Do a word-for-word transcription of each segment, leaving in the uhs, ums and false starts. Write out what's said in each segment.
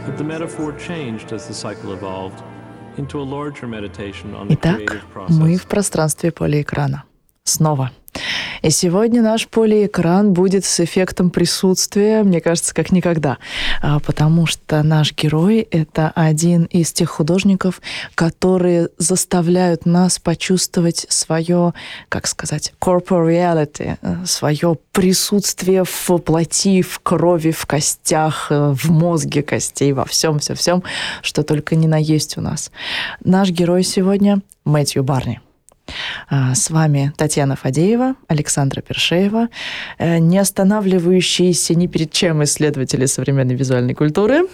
But the metaphor changed as the cycle evolved into a larger meditation on the Итак, creative мы process. в пространстве полиэкрана. Снова. И сегодня наш полиэкран будет с эффектом присутствия, мне кажется, как никогда. А, Потому что наш герой — это один из тех художников, которые заставляют нас почувствовать свое, как сказать, corporeality, свое присутствие в плоти, в крови, в костях, в мозге костей, во всем, всем, всем, что только не наесть у нас. Наш герой сегодня — Мэтью Барни. С вами Татьяна Фадеева, Александра Першеева, не останавливающиеся ни перед чем исследователи современной визуальной культуры.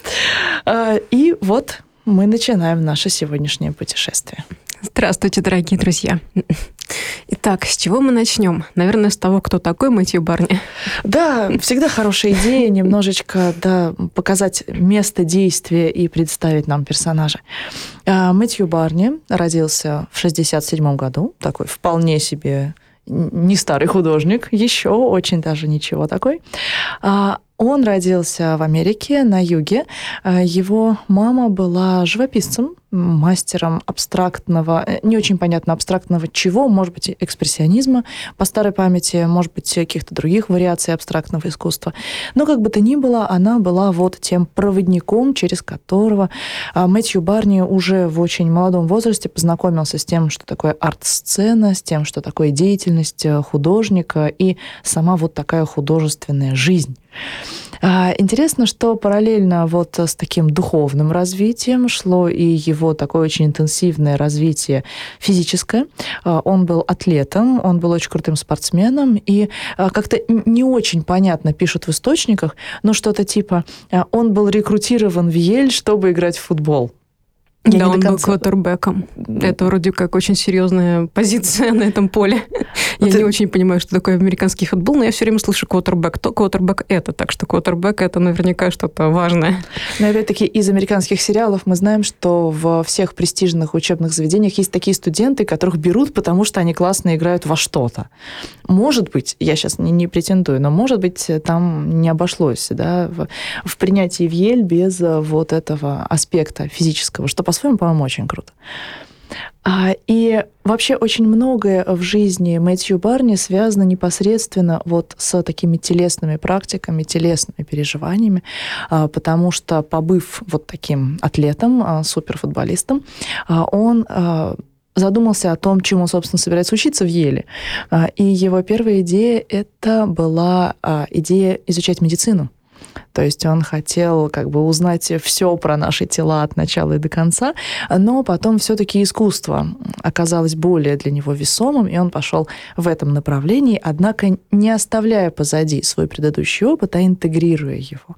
И вот мы начинаем наше сегодняшнее путешествие. Здравствуйте, дорогие друзья. Итак, с чего мы начнем? Наверное, с того, кто такой Мэтью Барни. Да, всегда хорошая идея немножечко да, показать место действия и представить нам персонажа. Мэтью Барни родился в шестьдесят седьмом году, такой вполне себе не старый художник, еще очень даже ничего такой. Он родился в Америке, на юге. Его мама была живописцем, мастером абстрактного, не очень понятно абстрактного чего, может быть, экспрессионизма по старой памяти, может быть, каких-то других вариаций абстрактного искусства. Но как бы то ни было, она была вот тем проводником, через которого Мэтью Барни уже в очень молодом возрасте познакомился с тем, что такое арт-сцена, с тем, что такое деятельность художника и сама вот такая художественная жизнь. Интересно, что параллельно вот с таким духовным развитием шло и его такое очень интенсивное развитие физическое. Он был атлетом, он был очень крутым спортсменом, и как-то не очень понятно пишут в источниках, но что-то типа он был рекрутирован в Йель, чтобы играть в футбол. Я да, он конца... был квотербеком. Это вроде как очень серьезная позиция на этом поле. Я Ты... не очень понимаю, что такое американский футбол, но я все время слышу квотербек. То квотербек это, так что квотербек это наверняка что-то важное. Но опять-таки из американских сериалов мы знаем, что во всех престижных учебных заведениях есть такие студенты, которых берут, потому что они классно играют во что-то. Может быть, я сейчас не, не претендую, но может быть там не обошлось да, в, в принятии в Йель без вот этого аспекта физического, что по-своему, по-моему, очень круто. И вообще очень многое в жизни Мэтью Барни связано непосредственно вот с такими телесными практиками, телесными переживаниями, потому что, побыв вот таким атлетом, суперфутболистом, он задумался о том, чему, собственно, собирается учиться в Йеле. И его первая идея — это была идея изучать медицину. То есть он хотел как бы узнать все про наши тела от начала и до конца, но потом все-таки искусство оказалось более для него весомым, и он пошел в этом направлении, однако не оставляя позади свой предыдущий опыт, а интегрируя его.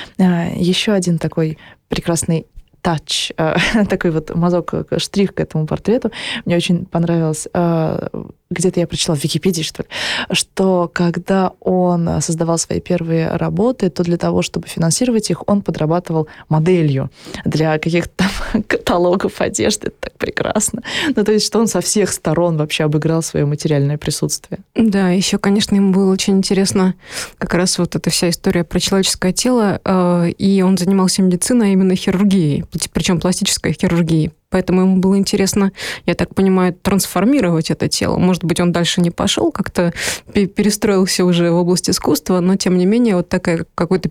Еще один такой прекрасный тач, такой вот мазок, штрих к этому портрету. Мне очень понравилось, где-то я прочитала в Википедии, что ли, что когда он создавал свои первые работы, то для того, чтобы финансировать их, он подрабатывал моделью для каких-то там каталогов одежды. Это так прекрасно. Ну, то есть, что он со всех сторон вообще обыграл свое материальное присутствие. Да, еще, конечно, ему было очень интересно как раз вот эта вся история про человеческое тело, и он занимался медициной, а именно хирургией, причем пластической хирургией. Поэтому ему было интересно, я так понимаю, трансформировать это тело. Может быть, он дальше не пошел, как-то перестроился уже в область искусства, но, тем не менее, вот такой какой-то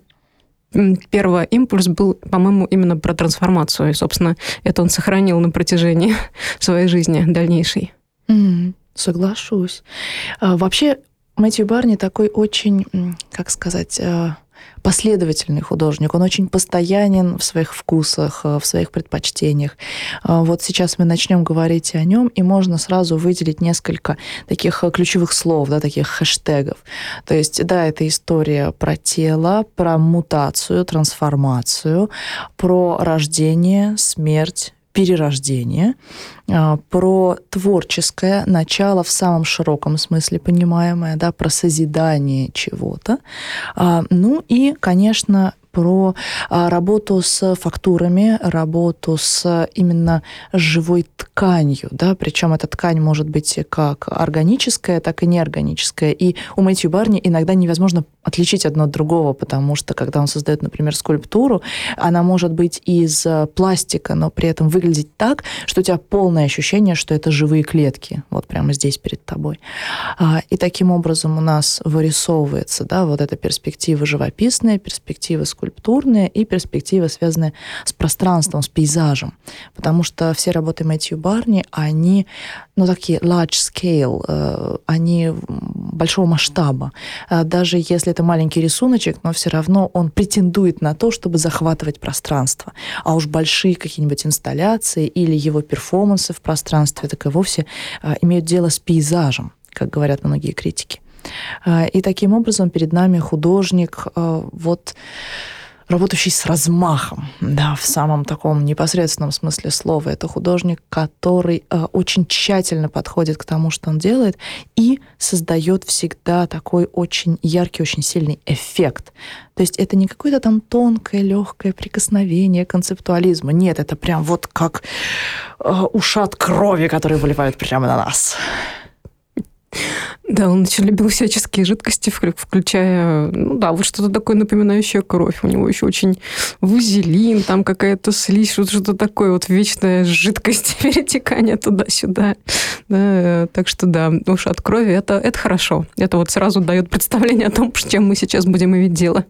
первый импульс был, по-моему, именно про трансформацию. И, собственно, это он сохранил на протяжении своей жизни дальнейшей. Mm, соглашусь. А, вообще, Мэтью Барни такой очень, как сказать, последовательный художник. Он очень постоянен в своих вкусах, в своих предпочтениях. Вот сейчас мы начнем говорить о нем, и можно сразу выделить несколько таких ключевых слов, да, таких хэштегов. То есть, да, это история про тело, про мутацию, трансформацию, про рождение, смерть, перерождение, про творческое начало в самом широком смысле понимаемое, да, про созидание чего-то. Ну и, конечно, про а, работу с фактурами, работу с именно живой тканью, да, причем эта ткань может быть как органическая, так и неорганическая. И у Мэтью Барни иногда невозможно отличить одно от другого, потому что, когда он создает, например, скульптуру, она может быть из пластика, но при этом выглядеть так, что у тебя полное ощущение, что это живые клетки, вот прямо здесь перед тобой. И таким образом у нас вырисовывается, да, вот эта перспектива живописная, перспектива скульптурная и перспектива, связанная с пространством, с пейзажем. Потому что все работы Мэтью Барни, они, ну, такие large scale, они большого масштаба. Даже если это маленький рисуночек, но все равно он претендует на то, чтобы захватывать пространство. А уж большие какие-нибудь инсталляции или его перформансы в пространстве, так и вовсе имеют дело с пейзажем, как говорят многие критики. И таким образом перед нами художник, вот, работающий с размахом, да, в самом таком непосредственном смысле слова. Это художник, который э, очень тщательно подходит к тому, что он делает, и создает всегда такой очень яркий, очень сильный эффект. То есть это не какое-то там тонкое, легкое прикосновение концептуализма. Нет, это прям вот как э, ушат крови, которые выливают прямо на нас. Да, он очень любил всяческие жидкости, включая, ну да, вот что-то такое напоминающее кровь. У него еще очень вазелин, там какая-то слизь, что-то такое, вот вечная жидкость, перетекание туда-сюда. Да, так что да, уж от крови это, это хорошо. Это вот сразу дает представление о том, с чем мы сейчас будем иметь дело.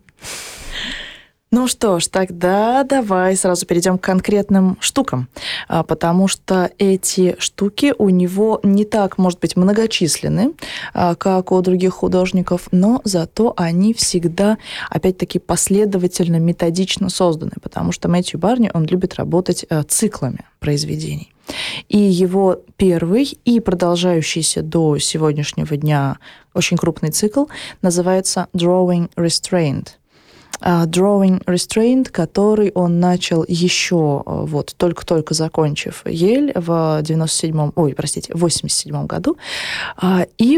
Ну что ж, тогда давай сразу перейдем к конкретным штукам, потому что эти штуки у него не так, может быть, многочисленны, как у других художников, но зато они всегда, опять-таки, последовательно, методично созданы, потому что Мэтью Барни, он любит работать циклами произведений. И его первый и продолжающийся до сегодняшнего дня очень крупный цикл называется «Drawing Restraint». Drawing Restraint, который он начал еще вот только-только закончив Йель в девяносто седьмом, ой, простите, в восемьдесят седьмом году. И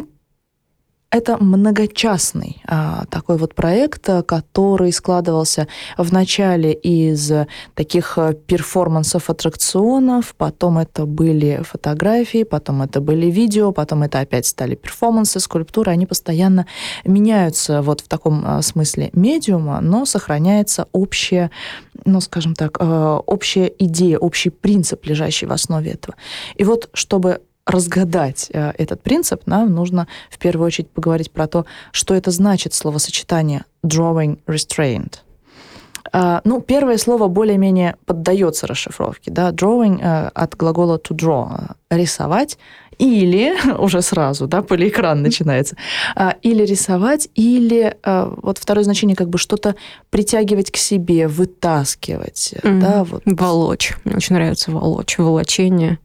это многочастный а, такой вот проект, который складывался вначале из таких перформансов, аттракционов, потом это были фотографии, потом это были видео, потом это опять стали перформансы, скульптуры. Они постоянно меняются вот в таком а, смысле медиума, но сохраняется общая, ну, скажем так, а, общая идея, общий принцип, лежащий в основе этого. И вот чтобы разгадать э, этот принцип, нам нужно в первую очередь поговорить про то, что это значит словосочетание drawing restraint. Э, ну, первое слово более-менее поддается расшифровке. Да? Drawing э, от глагола to draw – рисовать, или уже сразу, да, полиэкран начинается, э, или рисовать, или э, вот второе значение как бы что-то притягивать к себе, вытаскивать. Mm-hmm. Да, вот. Волочь. Мне очень нравится волочь, волочение.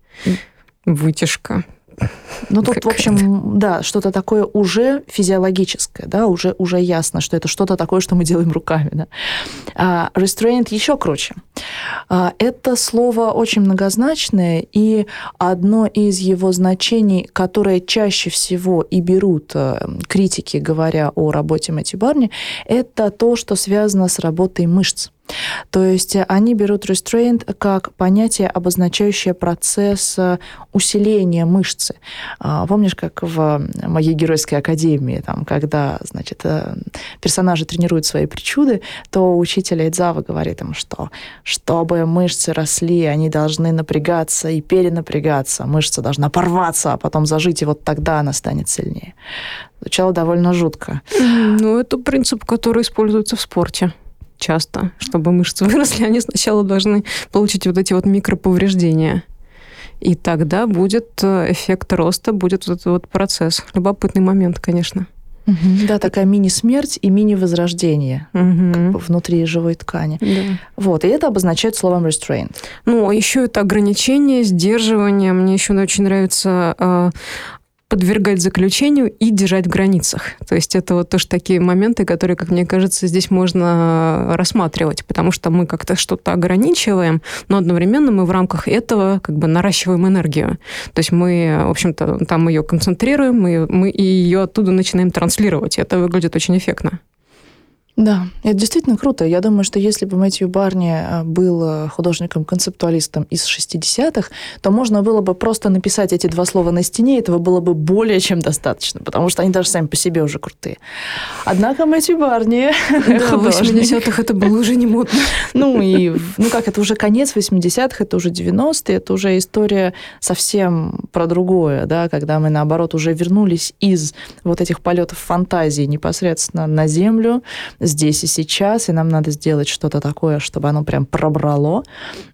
Вытяжка. Ну, тут, в общем, да, что-то такое уже физиологическое, да, уже, уже ясно, что это что-то такое, что мы делаем руками, да. А restraint еще круче. А, это слово очень многозначное, и одно из его значений, которое чаще всего и берут критики, говоря о работе Мэтью Барни, это то, что связано с работой мышц. То есть они берут restraint как понятие, обозначающее процесс усиления мышцы. Помнишь, как в моей геройской академии, там, когда, значит, персонажи тренируют свои причуды, то учитель Эйдзава говорит им, что чтобы мышцы росли, они должны напрягаться и перенапрягаться. Мышца должна порваться, а потом зажить, и вот тогда она станет сильнее. Звучало довольно жутко. Ну, это принцип, который используется в спорте. Часто, чтобы мышцы выросли, они сначала должны получить вот эти вот микроповреждения. И тогда будет эффект роста, будет вот этот вот процесс. Любопытный момент, конечно. Угу. Да, такая мини-смерть и мини-возрождение угу. как бы внутри живой ткани. Да. Вот, и это обозначает словом restraint. Ну, а еще это ограничение, сдерживание. Мне еще очень нравится подвергать заключению и держать в границах. То есть это вот тоже такие моменты, которые, как мне кажется, здесь можно рассматривать, потому что мы как-то что-то ограничиваем, но одновременно мы в рамках этого как бы наращиваем энергию. То есть мы, в общем-то, там ее концентрируем, мы, мы ее оттуда начинаем транслировать. И это выглядит очень эффектно. Да, это действительно круто. Я думаю, что если бы Мэтью Барни был художником-концептуалистом из шестидесятых, то можно было бы просто написать эти два слова на стене, этого было бы более чем достаточно, потому что они даже сами по себе уже крутые. Однако Мэтью Барни да, в восьмидесятых это было уже не модно. Ну, и, ну как, это уже конец восьмидесятых, это уже девяностые, это уже история совсем про другое, да, когда мы, наоборот, уже вернулись из вот этих полетов фантазии непосредственно на землю, здесь и сейчас, и нам надо сделать что-то такое, чтобы оно прям пробрало.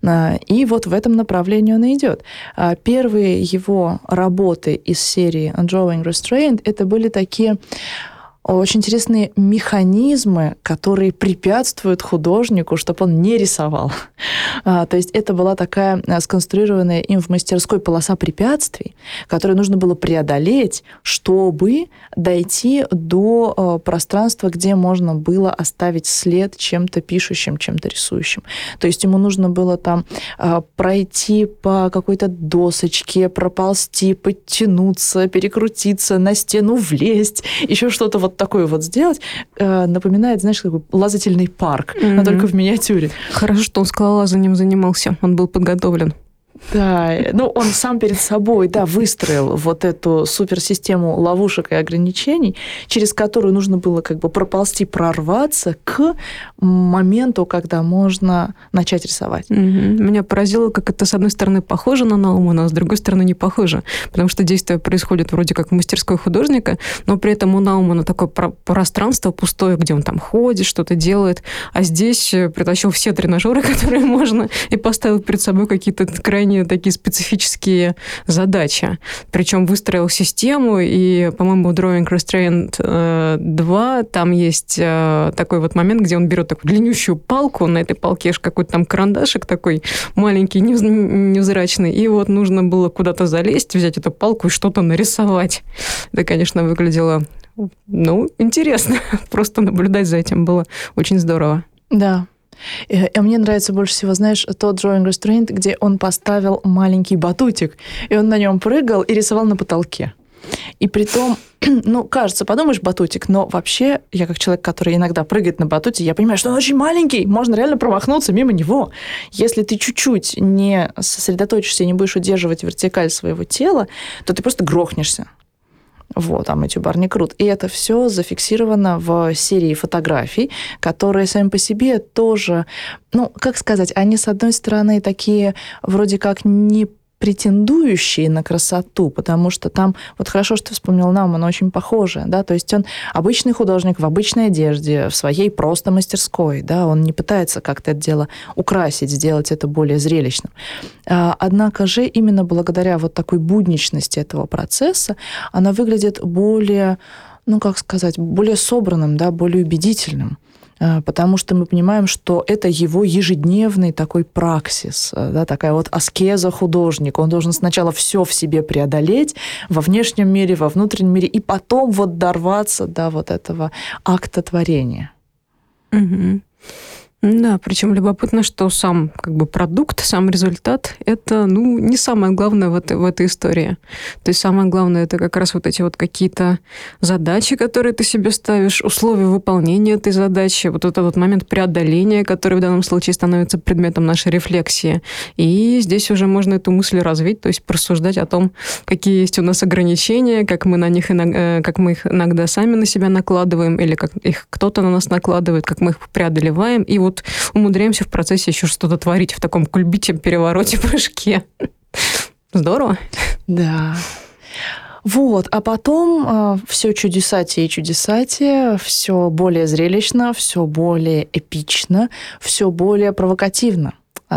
И вот в этом направлении он и идет. Первые его работы из серии Drawing Restraint это были такие очень интересные механизмы, которые препятствуют художнику, чтобы он не рисовал. А, то есть это была такая сконструированная им в мастерской полоса препятствий, которую нужно было преодолеть, чтобы дойти до а, пространства, где можно было оставить след чем-то пишущим, чем-то рисующим. То есть ему нужно было там а, пройти по какой-то досочке, проползти, подтянуться, перекрутиться, на стену влезть, еще что-то вот такое вот сделать, э, напоминает, знаешь, такой лазательный парк, mm-hmm. но только в миниатюре. Хорошо, что он скалолазанием занимался, он был подготовлен. Да, ну он сам перед собой, да, выстроил вот эту суперсистему ловушек и ограничений, через которую нужно было как бы проползти, прорваться к моменту, когда можно начать рисовать. Угу. Меня поразило, как это, с одной стороны, похоже на Наумана, а с другой стороны, не похоже, потому что действие происходит вроде как в мастерской художника, но при этом у Наумана такое пространство пустое, где он там ходит, что-то делает, а здесь притащил все тренажеры, которые можно, и поставил перед собой какие-то крайне такие специфические задачи. Причем выстроил систему, и, по-моему, Drawing Restraint два, там есть такой вот момент, где он берет такую длиннющую палку, на этой палке аж какой-то там карандашик такой маленький, невзрачный, и вот нужно было куда-то залезть, взять эту палку и что-то нарисовать. Это, конечно, выглядело, ну, интересно. Просто наблюдать за этим было очень здорово. Да. И мне нравится больше всего, знаешь, тот Drawing Restraint, где он поставил маленький батутик, и он на нем прыгал и рисовал на потолке. И притом, ну, кажется, подумаешь, батутик, но вообще я как человек, который иногда прыгает на батуте, я понимаю, что он очень маленький, можно реально промахнуться мимо него. Если ты чуть-чуть не сосредоточишься и не будешь удерживать вертикаль своего тела, то ты просто грохнешься. Вот, а Мэтью Барни крут. И это все зафиксировано в серии фотографий, которые сами по себе тоже, ну, как сказать, они, с одной стороны, такие вроде как не претендующие на красоту, потому что там, вот хорошо, что ты вспомнил Науман, очень похоже, да, то есть он обычный художник в обычной одежде, в своей просто мастерской, да, он не пытается как-то это дело украсить, сделать это более зрелищным. Однако же именно благодаря вот такой будничности этого процесса она выглядит более, ну, как сказать, более собранным, да, более убедительным. Потому что мы понимаем, что это его ежедневный такой праксис, да, такая вот аскеза художника. Он должен сначала все в себе преодолеть во внешнем мире, во внутреннем мире, и потом вот дорваться до вот этого акта творения. Угу. Да, причем любопытно, что сам как бы продукт, сам результат – это, ну, не самое главное в этой, в этой истории. То есть самое главное – это как раз вот эти вот какие-то задачи, которые ты себе ставишь, условия выполнения этой задачи, вот этот вот момент преодоления, который в данном случае становится предметом нашей рефлексии. И здесь уже можно эту мысль развить, то есть порассуждать о том, какие есть у нас ограничения, как мы, на них иногда, как мы их иногда сами на себя накладываем, или как их кто-то на нас накладывает, как мы их преодолеваем, и вот умудряемся в процессе еще что-то творить в таком кульбите, перевороте, прыжке. Здорово. Да. Вот, а потом э, все чудесатие и чудесатие, все более зрелищно, все более эпично, все более провокативно.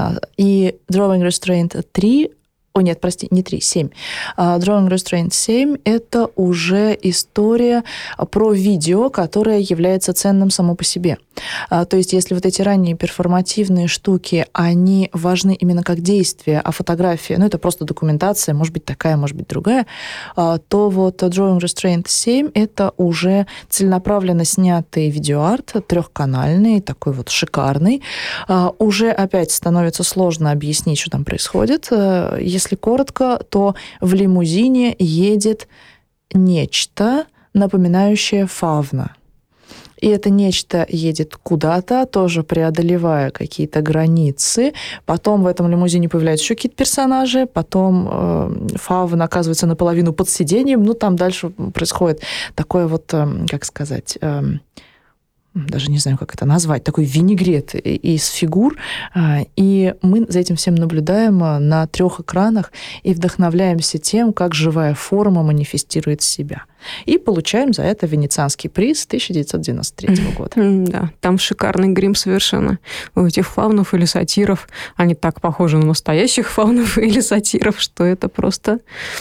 И Drawing Restraint три, о нет, прости, не три, семь. Drawing Restraint семь – это уже история про видео, которое является ценным само по себе. То есть если вот эти ранние перформативные штуки, они важны именно как действие, а фотография, ну это просто документация, может быть такая, может быть другая, то вот Drawing Restraint семь – это уже целенаправленно снятый видеоарт, трехканальный, такой вот шикарный. Уже опять становится сложно объяснить, что там происходит. Если коротко, то в лимузине едет нечто, напоминающее фавна. И это нечто едет куда-то, тоже преодолевая какие-то границы. Потом в этом лимузине появляются еще какие-то персонажи. Потом э, Фавн оказывается наполовину под сиденьем. Ну, там дальше происходит такое вот, э, как сказать... Э, даже не знаю, как это назвать, такой винегрет из фигур, и мы за этим всем наблюдаем на трех экранах и вдохновляемся тем, как живая форма манифестирует себя. И получаем за это Венецианский приз тысяча девятьсот девяносто третьего года. Да, там шикарный грим совершенно. У этих фавнов или сатиров, они так похожи на настоящих фавнов или сатиров, что это просто...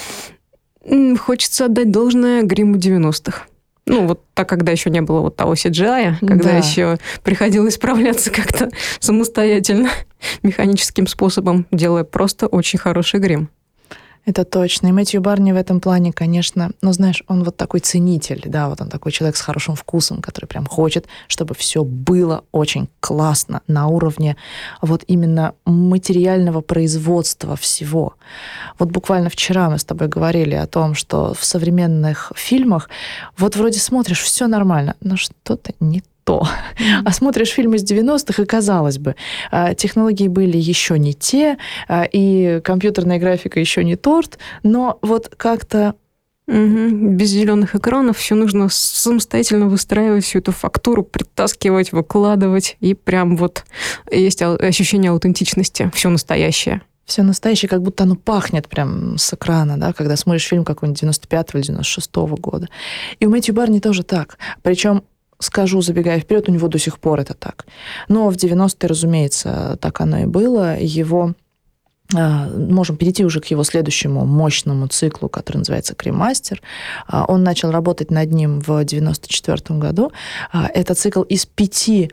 Хочется отдать должное гриму девяностых. Ну, вот так, когда еще не было вот того си джи ай, когда да. еще приходилось справляться как-то самостоятельно, механическим способом, делая просто очень хороший грим. Это точно. И Мэтью Барни в этом плане, конечно, ну, знаешь, он вот такой ценитель, да, вот он такой человек с хорошим вкусом, который прям хочет, чтобы все было очень классно на уровне вот именно материального производства всего. Вот буквально вчера мы с тобой говорили о том, что в современных фильмах вот вроде смотришь, все нормально, но что-то не то. Mm-hmm. А смотришь фильмы из девяностых, и, казалось бы, технологии были еще не те, и компьютерная графика еще не торт, но вот как-то... Угу. Без зеленых экранов все нужно самостоятельно выстраивать всю эту фактуру, притаскивать, выкладывать, и прям вот есть ощущение аутентичности, все настоящее. Все настоящее, как будто оно пахнет прям с экрана, да, когда смотришь фильм какой-нибудь девяносто пятого или девяносто шестого года. И у Мэтью Барни тоже так. Причем скажу, забегая вперед, у него до сих пор это так. Но в девяностые, разумеется, так оно и было. Его... Можем перейти уже к его следующему мощному циклу, который называется «Кремастер». Он начал работать над ним в девяносто четвёртом году. Это цикл из пяти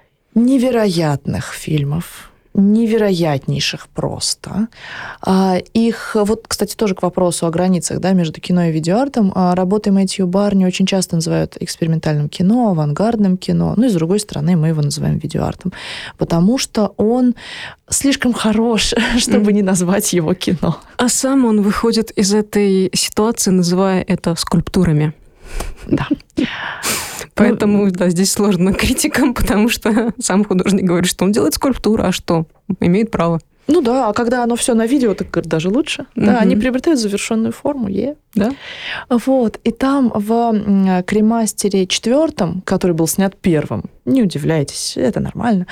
невероятных фильмов, невероятнейших просто. Их, вот, кстати, тоже к вопросу о границах, да, между кино и видеоартом. Работы Мэтью Барни очень часто называют экспериментальным кино, авангардным кино, ну и, с другой стороны, мы его называем видеоартом, потому что он слишком хорош, чтобы mm. не назвать его кино. А сам он выходит из этой ситуации, называя это скульптурами. Да. Поэтому, да, здесь сложно критикам, потому что сам художник говорит, что он делает скульптуру, а что? Имеет право. Ну да, а когда оно все на видео, так даже лучше. Mm-hmm. Да, они приобретают завершенную форму, е. Да. Вот. И там в «Кремастере» четвертом, который был снят первым, не удивляйтесь, это нормально,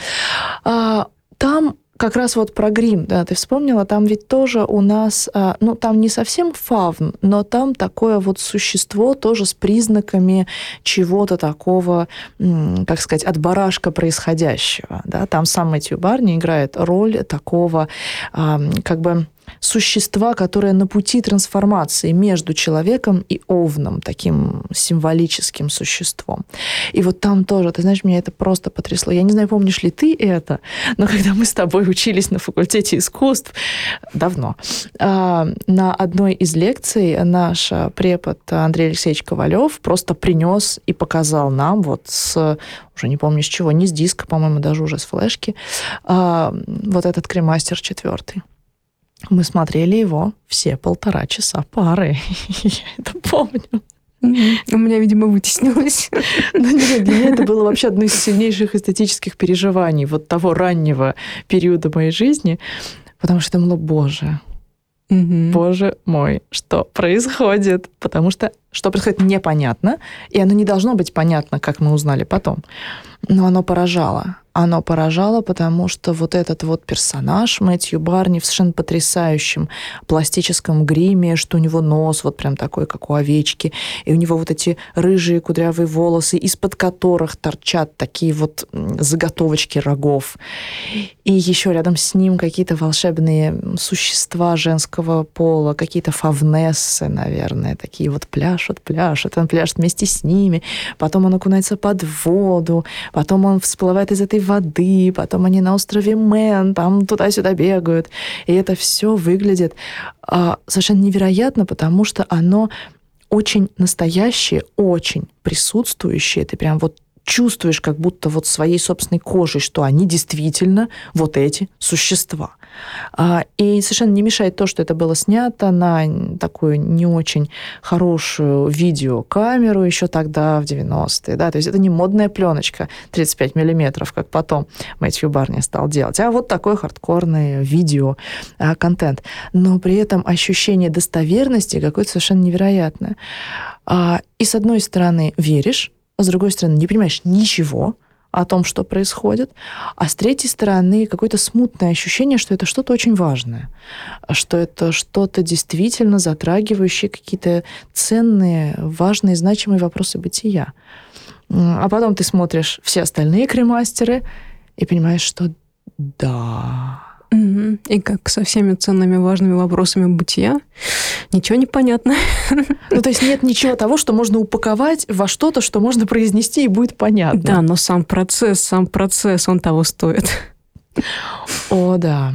там как раз вот про грим, да, ты вспомнила, там ведь тоже у нас, ну, там не совсем фавн, но там такое вот существо тоже с признаками чего-то такого, как сказать, от барашка происходящего, да, там сам Мэтью Барни играет роль такого, как бы, существа, которое на пути трансформации между человеком и овном, таким символическим существом. И вот там тоже, ты знаешь, меня это просто потрясло. Я не знаю, помнишь ли ты это, но когда мы с тобой учились на факультете искусств, давно, на одной из лекций наш препод Андрей Алексеевич Ковалев просто принес и показал нам вот с, уже не помню с чего, не с диска, по-моему, даже уже с флешки, вот этот «Кремастер» четвертый. Мы смотрели его все полтора часа пары. Я это помню. У меня, видимо, вытеснилось. Но нет, для меня это было вообще одно из сильнейших эстетических переживаний вот того раннего периода моей жизни, потому что я думала, боже, угу. боже мой, что происходит? Потому что что происходит, непонятно, и оно не должно быть понятно, как мы узнали потом. Но оно поражало. Оно поражало, потому что вот этот вот персонаж Мэтью Барни в совершенно потрясающем пластическом гриме, что у него нос вот прям такой, как у овечки, и у него вот эти рыжие кудрявые волосы, из-под которых торчат такие вот заготовочки рогов. И еще рядом с ним какие-то волшебные существа женского пола, какие-то фавнессы, наверное, такие вот пляшут, пляшут, он пляшет вместе с ними, потом он окунается под воду, потом он всплывает из этой воды, потом они на острове Мэн, там туда-сюда бегают. И это все выглядит а, совершенно невероятно, потому что оно очень настоящее, очень присутствующее. Ты прям вот чувствуешь как будто вот своей собственной кожей, что они действительно вот эти существа. И совершенно не мешает то, что это было снято на такую не очень хорошую видеокамеру еще тогда, в девяностые. Да? То есть это не модная пленочка тридцать пять миллиметров, как потом Мэтью Барни стал делать, а вот такой хардкорный видео-контент. Но при этом ощущение достоверности какое-то совершенно невероятное. И с одной стороны веришь, а с другой стороны не понимаешь ничего о том, что происходит, а с третьей стороны какое-то смутное ощущение, что это что-то очень важное, что это что-то действительно затрагивающее какие-то ценные, важные, значимые вопросы бытия. А потом ты смотришь все остальные кремастеры и понимаешь, что да... И как со всеми ценными важными вопросами бытия, ничего не понятно. Ну, то есть нет ничего того, что можно упаковать во что-то, что можно произнести и будет понятно. Да, но сам процесс, сам процесс, он того стоит. О, да.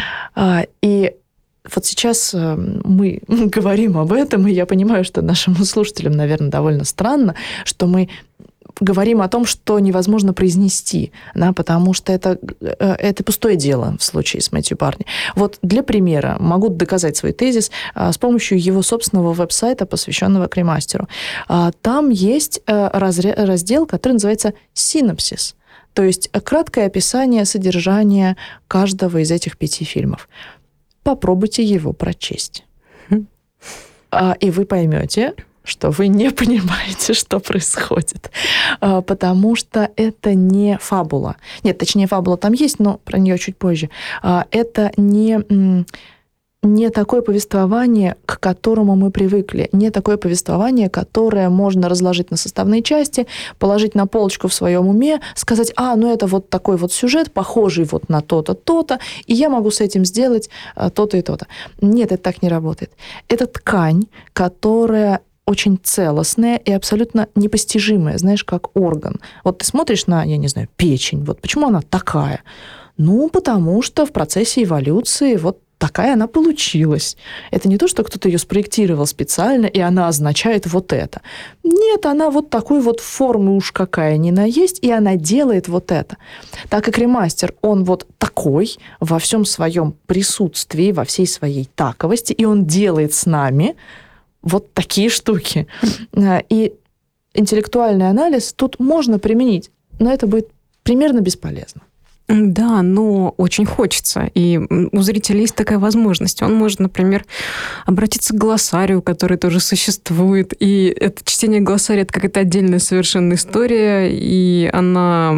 И вот сейчас мы говорим об этом, и я понимаю, что нашим слушателям, наверное, довольно странно, что мы говорим о том, что невозможно произнести, да, потому что это, это пустое дело в случае с Мэтью Барни. Вот для примера могу доказать свой тезис с помощью его собственного веб-сайта, посвященного кремастеру. Там есть раздел, который называется «Синопсис», то есть краткое описание содержания каждого из этих пяти фильмов. Попробуйте его прочесть. И вы поймете, что вы не понимаете, что происходит. Потому что это не фабула. Нет, точнее, фабула там есть, но про нее чуть позже. Это не, не такое повествование, к которому мы привыкли. Не такое повествование, которое можно разложить на составные части, положить на полочку в своем уме, сказать, а, ну это вот такой вот сюжет, похожий вот на то-то, то-то, и я могу с этим сделать то-то и то-то. Нет, это так не работает. Это ткань, которая очень целостная и абсолютно непостижимая, знаешь, как орган. Вот ты смотришь на, я не знаю, печень, вот почему она такая? Ну, потому что в процессе эволюции вот такая она получилась. Это не то, что кто-то ее спроектировал специально, и она означает вот это. Нет, она вот такой вот формы уж какая ни на есть, и она делает вот это. Так как ремастер, он вот такой во всем своем присутствии, во всей своей таковости, и он делает с нами вот такие штуки. И интеллектуальный анализ тут можно применить, но это будет примерно бесполезно. Да, но очень хочется. И у зрителя есть такая возможность. Он может, например, обратиться к глоссарию, который тоже существует. И это чтение глоссария — это какая-то отдельная совершенно история, и она,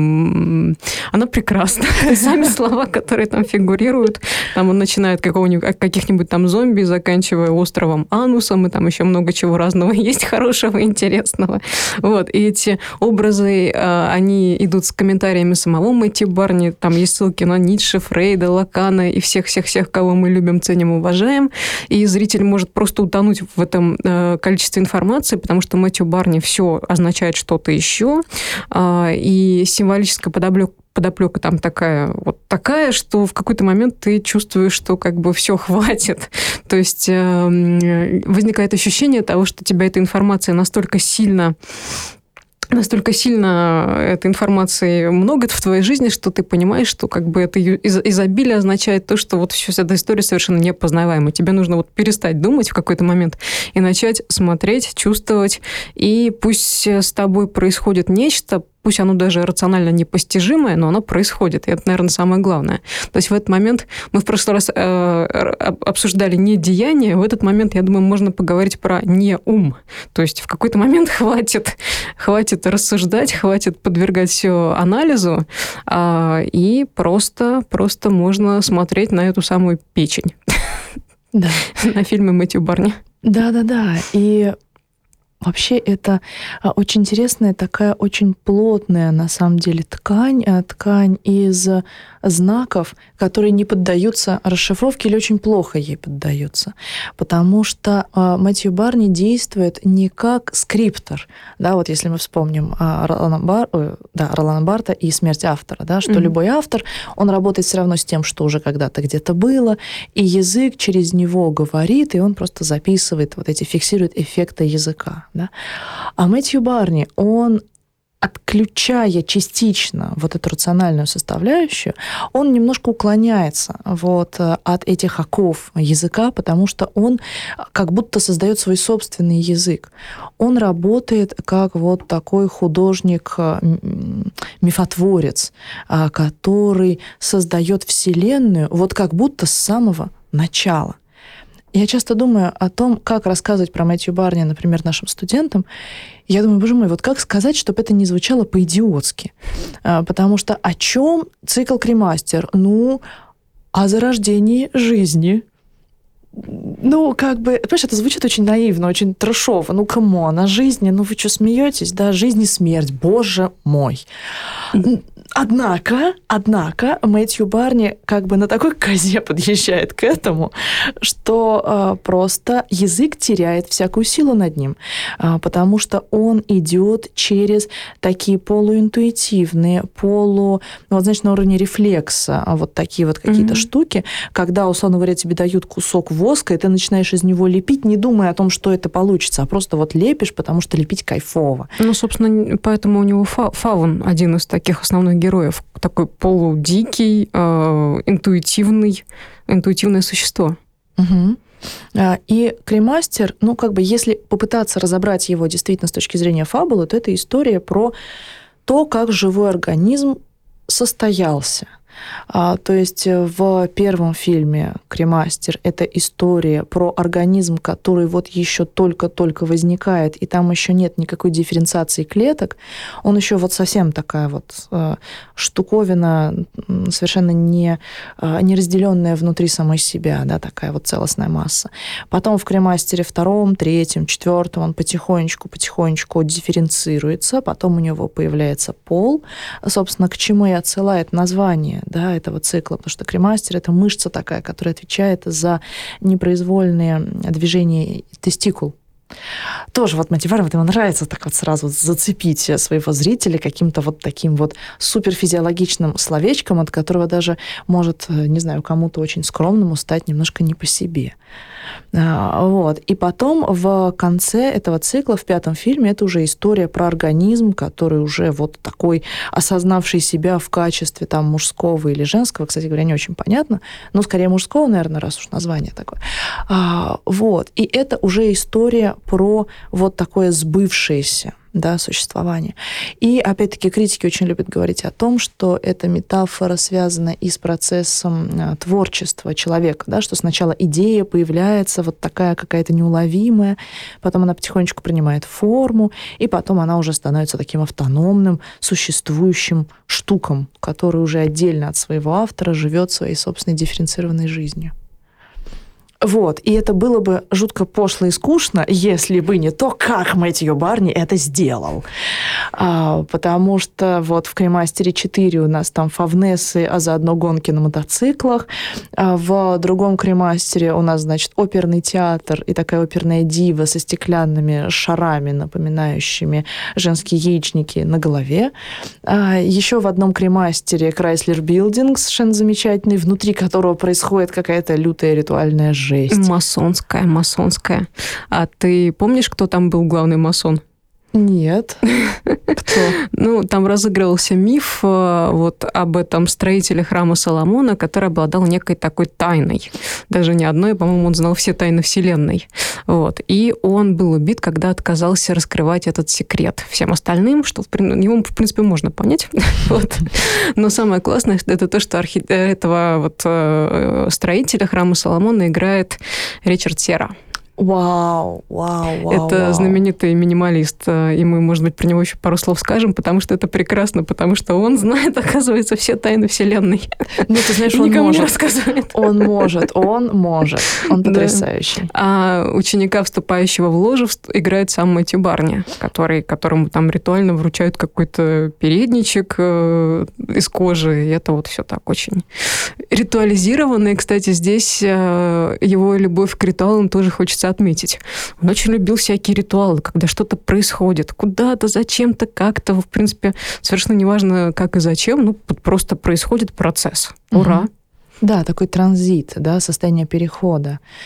она прекрасна. Сами слова, которые там фигурируют, там он начинает какого-нибудь, каких-нибудь там зомби, заканчивая островом Анусом, и там еще много чего разного есть, хорошего и интересного. Вот. И эти образы, они идут с комментариями самого Мэтью Барни. Там есть ссылки на Ницше, Фрейда, Лакана и всех-всех-всех, кого мы любим, ценим, уважаем. И зритель может просто утонуть в этом э, количестве информации, потому что Мэтью Барни все означает что-то еще. Э, и символическая подоплека подоплека там такая, вот такая, что в какой-то момент ты чувствуешь, что как бы все хватит. То есть э, возникает ощущение того, что тебя эта информация настолько сильно настолько сильно этой информации много в твоей жизни, что ты понимаешь, что как бы это изобилие означает то, что вот вся эта история совершенно непознаваема. Тебе нужно вот перестать думать в какой-то момент и начать смотреть, чувствовать, и пусть с тобой происходит нечто, пусть оно даже рационально непостижимое, но оно происходит. И это, наверное, самое главное. То есть в этот момент мы в прошлый раз э, обсуждали не деяние, в этот момент, я думаю, можно поговорить про не ум. То есть в какой-то момент хватит, хватит рассуждать, хватит подвергать все анализу, э, и просто, просто можно смотреть на эту самую печень. Да. На фильме Мэтью Барни. Да-да-да. И вообще это очень интересная, такая очень плотная, на самом деле, ткань, ткань из знаков, которые не поддаются расшифровке или очень плохо ей поддаются. Потому что Мэтью Барни действует не как скриптор. Да, вот если мы вспомним Ролана, Бар, да, Ролана Барта и «Смерть автора», да, что mm-hmm. любой автор, он работает все равно с тем, что уже когда-то где-то было, и язык через него говорит, и он просто записывает, вот эти, фиксирует эффекты языка. Да? А Мэтью Барни, он отключая частично вот эту рациональную составляющую, он немножко уклоняется вот от этих оков языка, потому что он как будто создает свой собственный язык. Он работает как вот такой художник-мифотворец, который создает вселенную вот как будто с самого начала. Я часто думаю о том, как рассказывать про Мэтью Барни, например, нашим студентам. Я думаю, боже мой, вот как сказать, чтобы это не звучало по-идиотски? Потому что о чем цикл «Кремастер»? Ну, о зарождении жизни. Ну, как бы, понимаешь, это звучит очень наивно, очень трэшово. Ну, камон, о жизни, ну вы что, смеетесь? Да, жизнь и смерть, боже мой. Однако, однако, Мэтью Барни как бы на такой козе подъезжает к этому, что э, просто язык теряет всякую силу над ним, э, потому что он идет через такие полуинтуитивные, полу, вот, знаешь, на уровне рефлекса, вот такие вот какие-то mm-hmm. штуки, когда, условно говоря, тебе дают кусок воска, и ты начинаешь из него лепить, не думая о том, что это получится, а просто вот лепишь, потому что лепить кайфово. Ну, собственно, поэтому у него фа- фаун один из таких основных героев, такой полудикий, э, интуитивный, интуитивное существо. Угу. И «Кремастер», ну, как бы, если попытаться разобрать его действительно с точки зрения фабулы, то это история про то, как живой организм состоялся. А, то есть в первом фильме «Кремастер» это история про организм, который вот еще только-только возникает, и там еще нет никакой дифференциации клеток. Он еще вот совсем такая вот э, штуковина, совершенно не, э, не разделенная внутри самой себя, да, такая вот целостная масса. Потом в «Кремастере» втором, третьем, четвертом он потихонечку-потихонечку дифференцируется, потом у него появляется пол. Собственно, к чему и отсылает название, да, этого цикла, потому что кремастер — это мышца такая, которая отвечает за непроизвольные движения тестикул. Тоже вот Мэтью Барни, вот ему нравится так вот сразу зацепить своего зрителя каким-то вот таким вот суперфизиологичным словечком, от которого даже может, не знаю, кому-то очень скромному стать немножко не по себе. Вот. И потом в конце этого цикла, в пятом фильме, это уже история про организм, который уже вот такой, осознавший себя в качестве там мужского или женского, кстати говоря, не очень понятно, но скорее мужского, наверное, раз уж название такое. Вот. И это уже история про вот такое сбывшееся, да, существование. И, опять-таки, критики очень любят говорить о том, что эта метафора связана и с процессом творчества человека, да, что сначала идея появляется вот такая какая-то неуловимая, потом она потихонечку принимает форму, и потом она уже становится таким автономным, существующим штуком, который уже отдельно от своего автора живет своей собственной дифференцированной жизнью. Вот, и это было бы жутко пошло и скучно, если бы не то, как Мэтью Барни это сделал. А, потому что вот в «Кремастере четыре» у нас там фавнесы, а заодно гонки на мотоциклах. А в другом «Кремастере» у нас, значит, оперный театр и такая оперная дива со стеклянными шарами, напоминающими женские яичники на голове. А еще в одном «Кремастере» Chrysler Building, совершенно замечательный, внутри которого происходит какая-то лютая ритуальная жизнь. Жесть. Масонская, масонская. А ты помнишь, кто там был главный масон? Нет. Кто? Ну, там разыгрывался миф вот об этом строителе храма Соломона, который обладал некой такой тайной. Даже не одной, по-моему, он знал все тайны Вселенной. Вот. И он был убит, когда отказался раскрывать этот секрет всем остальным, что его, в принципе, можно понять. Вот. Но самое классное, это то, что архи... этого вот строителя храма Соломона играет Ричард Серра. Вау, вау, вау. Это вау. знаменитый минималист, и мы, может быть, про него еще пару слов скажем, потому что это прекрасно, потому что он знает, оказывается, все тайны Вселенной. Ну, ты знаешь, он Никому может. не рассказывает. Он может, он может. Он потрясающий. Да. А ученика, вступающего в ложу, играет сам Мэтью Барни, который, которому там ритуально вручают какой-то передничек из кожи, и это вот все так очень ритуализировано. И, кстати, здесь его любовь к ритуалам тоже хочется отметить. Он очень любил всякие ритуалы, когда что-то происходит, куда-то, зачем-то, как-то, в принципе, совершенно неважно, как и зачем, ну, просто происходит процесс. Ура! Угу. Да, такой транзит, да, состояние перехода.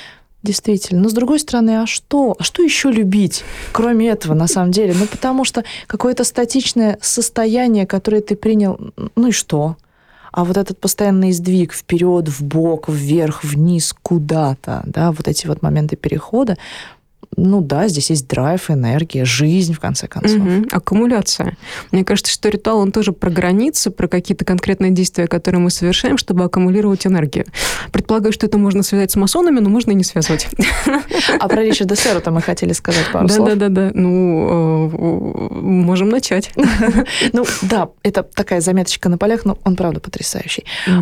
Действительно. Но с другой стороны, а что? А что еще любить, кроме этого, на самом деле? Ну, потому что какое-то статичное состояние, которое ты принял, ну и что? А вот этот постоянный сдвиг вперед, вбок, вверх, вниз, куда-то, да, вот эти вот моменты перехода, ну да, здесь есть драйв, энергия, жизнь, в конце концов. Угу. Аккумуляция. Мне кажется, что ритуал, он тоже про границы, про какие-то конкретные действия, которые мы совершаем, чтобы аккумулировать энергию. Предполагаю, что это можно связать с масонами, но можно и не связывать. А про Ричарда Серрута мы хотели сказать пару слов. Да-да-да. Ну, можем начать. Ну, да, это такая заметочка на полях, но он, правда, потрясающий.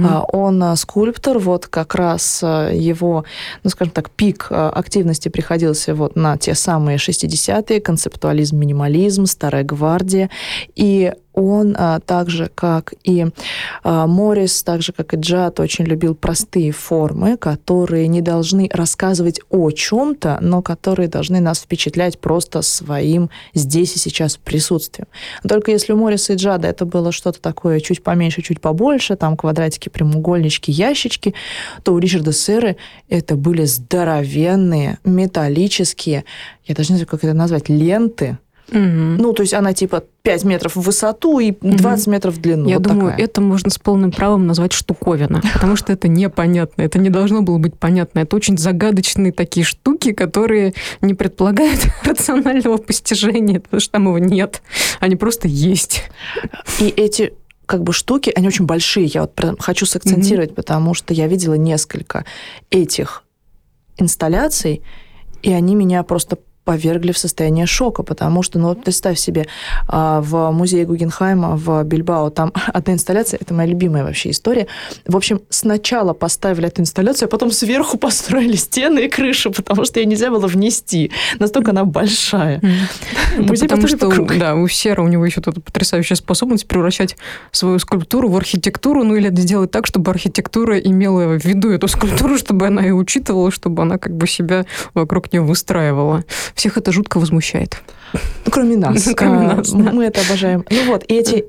Он скульптор, вот как раз его, ну, скажем так, пик активности приходился вот на те самые шестидесятые, концептуализм, минимализм, старая гвардия. И он, так же, как и Моррис, так же, как и Джад, очень любил простые формы, которые не должны рассказывать о чем-то, но которые должны нас впечатлять просто своим здесь и сейчас присутствием. Только если у Морриса и Джада это было что-то такое чуть поменьше, чуть побольше, там квадратики, прямоугольнички, ящички, то у Ричарда Серры это были здоровенные, металлические, я даже не знаю, как это назвать, ленты. Угу. Ну, то есть она типа пять метров в высоту и двадцать угу. метров в длину. Я вот думаю, такая. Это можно с полным правом назвать штуковина, потому что это непонятно, это не должно было быть понятно. Это очень загадочные такие штуки, которые не предполагают рационального постижения, потому что там его нет, они просто есть. И эти как бы штуки, они очень большие. Я вот прям хочу сакцентировать, угу. потому что я видела несколько этих инсталляций, и они меня просто повергли в состояние шока, потому что, ну вот представь себе, в музее Гугенхайма в Бильбао там одна инсталляция, это моя любимая вообще история. В общем, сначала поставили эту инсталляцию, а потом сверху построили стены и крышу, потому что ее нельзя было внести. Настолько она большая. Mm. Да, потому что у, да, у Серра, у него еще тут потрясающая способность превращать свою скульптуру в архитектуру, ну или сделать так, чтобы архитектура имела в виду эту скульптуру, чтобы она ее учитывала, чтобы она как бы себя вокруг нее выстраивала. Всех это жутко возмущает. Кроме нас. Кроме нас, да. Мы это обожаем. Ну вот, и эти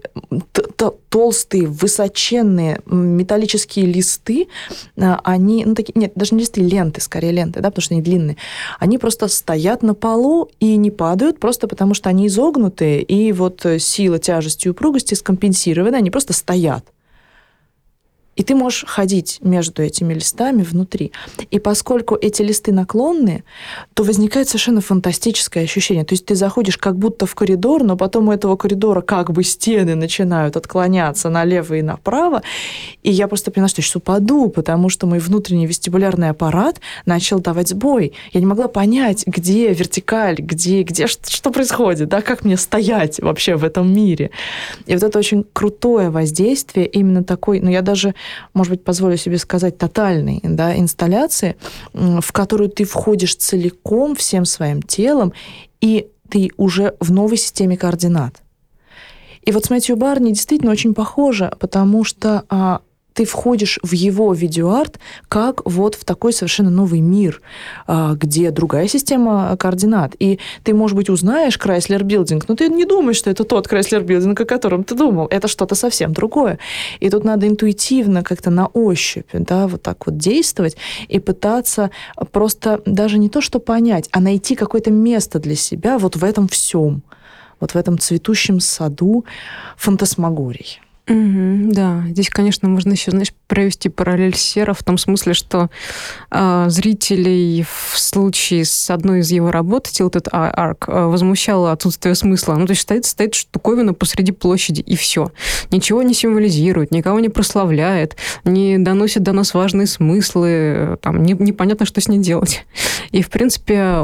толстые, высоченные металлические листы, они, ну такие, нет, даже не листы, ленты, скорее ленты, да, потому что они длинные, они просто стоят на полу и не падают, просто потому что они изогнутые, и вот сила тяжести и упругости скомпенсированы, они просто стоят. И ты можешь ходить между этими листами внутри. И поскольку эти листы наклонные, то возникает совершенно фантастическое ощущение. То есть ты заходишь как будто в коридор, но потом у этого коридора как бы стены начинают отклоняться налево и направо. И я просто поняла, что я сейчас упаду, потому что мой внутренний вестибулярный аппарат начал давать сбой. Я не могла понять, где вертикаль, где, где что, что происходит, да, как мне стоять вообще в этом мире. И вот это очень крутое воздействие, именно такой, ну я даже может быть, позволю себе сказать, тотальной, да, инсталляции, в которую ты входишь целиком всем своим телом, и ты уже в новой системе координат. И вот с Мэтью Барни действительно очень похоже, потому что а, ты входишь в его видеоарт как вот в такой совершенно новый мир, где другая система координат. И ты, может быть, узнаешь Chrysler Building, но ты не думаешь, что это тот Chrysler Building, о котором ты думал. Это что-то совсем другое. И тут надо интуитивно как-то на ощупь, да, вот так вот действовать и пытаться просто даже не то, что понять, а найти какое-то место для себя вот в этом всем, вот в этом цветущем саду фантасмагорий. Угу, да, здесь, конечно, можно еще, знаешь, провести параллель с Серра в том смысле, что э, зрителей в случае с одной из его работ, Tilted Arc, э, возмущало отсутствие смысла. Ну, то есть стоит, стоит штуковина посреди площади, и все. Ничего не символизирует, никого не прославляет, не доносит до нас важные смыслы, там, не, непонятно, что с ней делать. И, в принципе,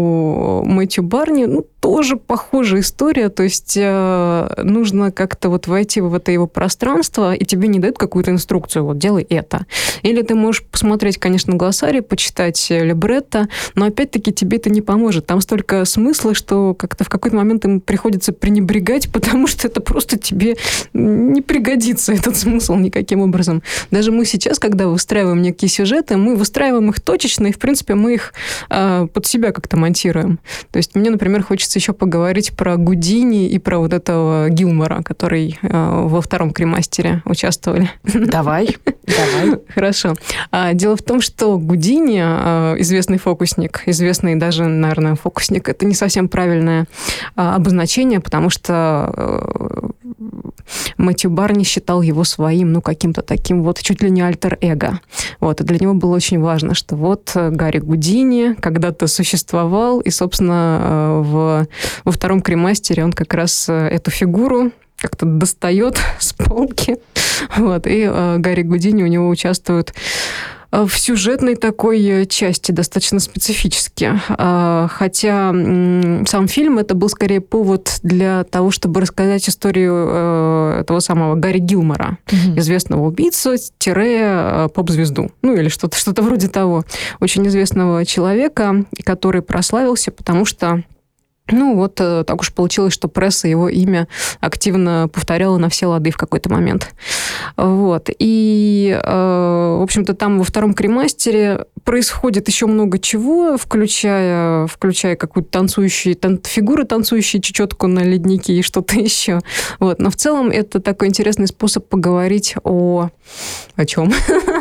у Мэтью Барни, ну, тоже похожая история, то есть э, нужно как-то вот войти в это его пространство, и тебе не дают какую-то инструкцию, вот делай это. Или ты можешь посмотреть, конечно, глоссарий, почитать либретто, но опять-таки тебе это не поможет. Там столько смысла, что как-то в какой-то момент им приходится пренебрегать, потому что это просто тебе не пригодится, этот смысл никаким образом. Даже мы сейчас, когда выстраиваем некие сюжеты, мы выстраиваем их точечно, и, в принципе, мы их э, под себя как-то монтируем. То есть мне, например, хочется еще поговорить про Гудини и про вот этого Гилмора, который э, во втором кремастере участвовали. Давай. Давай. Хорошо. А, дело в том, что Гудини, известный фокусник, известный даже, наверное, фокусник, это не совсем правильное обозначение, потому что Мэтью Барни считал его своим, ну, каким-то таким вот чуть ли не альтер-эго. Вот, и для него было очень важно, что вот Гарри Гудини когда-то существовал, и, собственно, в, во втором кремастере он как раз эту фигуру как-то достает с полки. Вот, и э, Гарри Гудини у него участвует в сюжетной такой части, достаточно специфически. Хотя сам фильм это был скорее повод для того, чтобы рассказать историю этого самого Гарри Гилмора, mm-hmm. известного убийцу-поп-звезду. Ну, или что-то, что-то вроде того. Очень известного человека, который прославился, потому что ну, вот так уж получилось, что пресса его имя активно повторяла на все лады в какой-то момент. Вот. И, в общем-то, там во втором кремастере происходит еще много чего, включая, включая какую-то танцующую, тан, фигуры, танцующие чечетку на леднике и что-то еще. Вот. Но в целом это такой интересный способ поговорить о... О чем?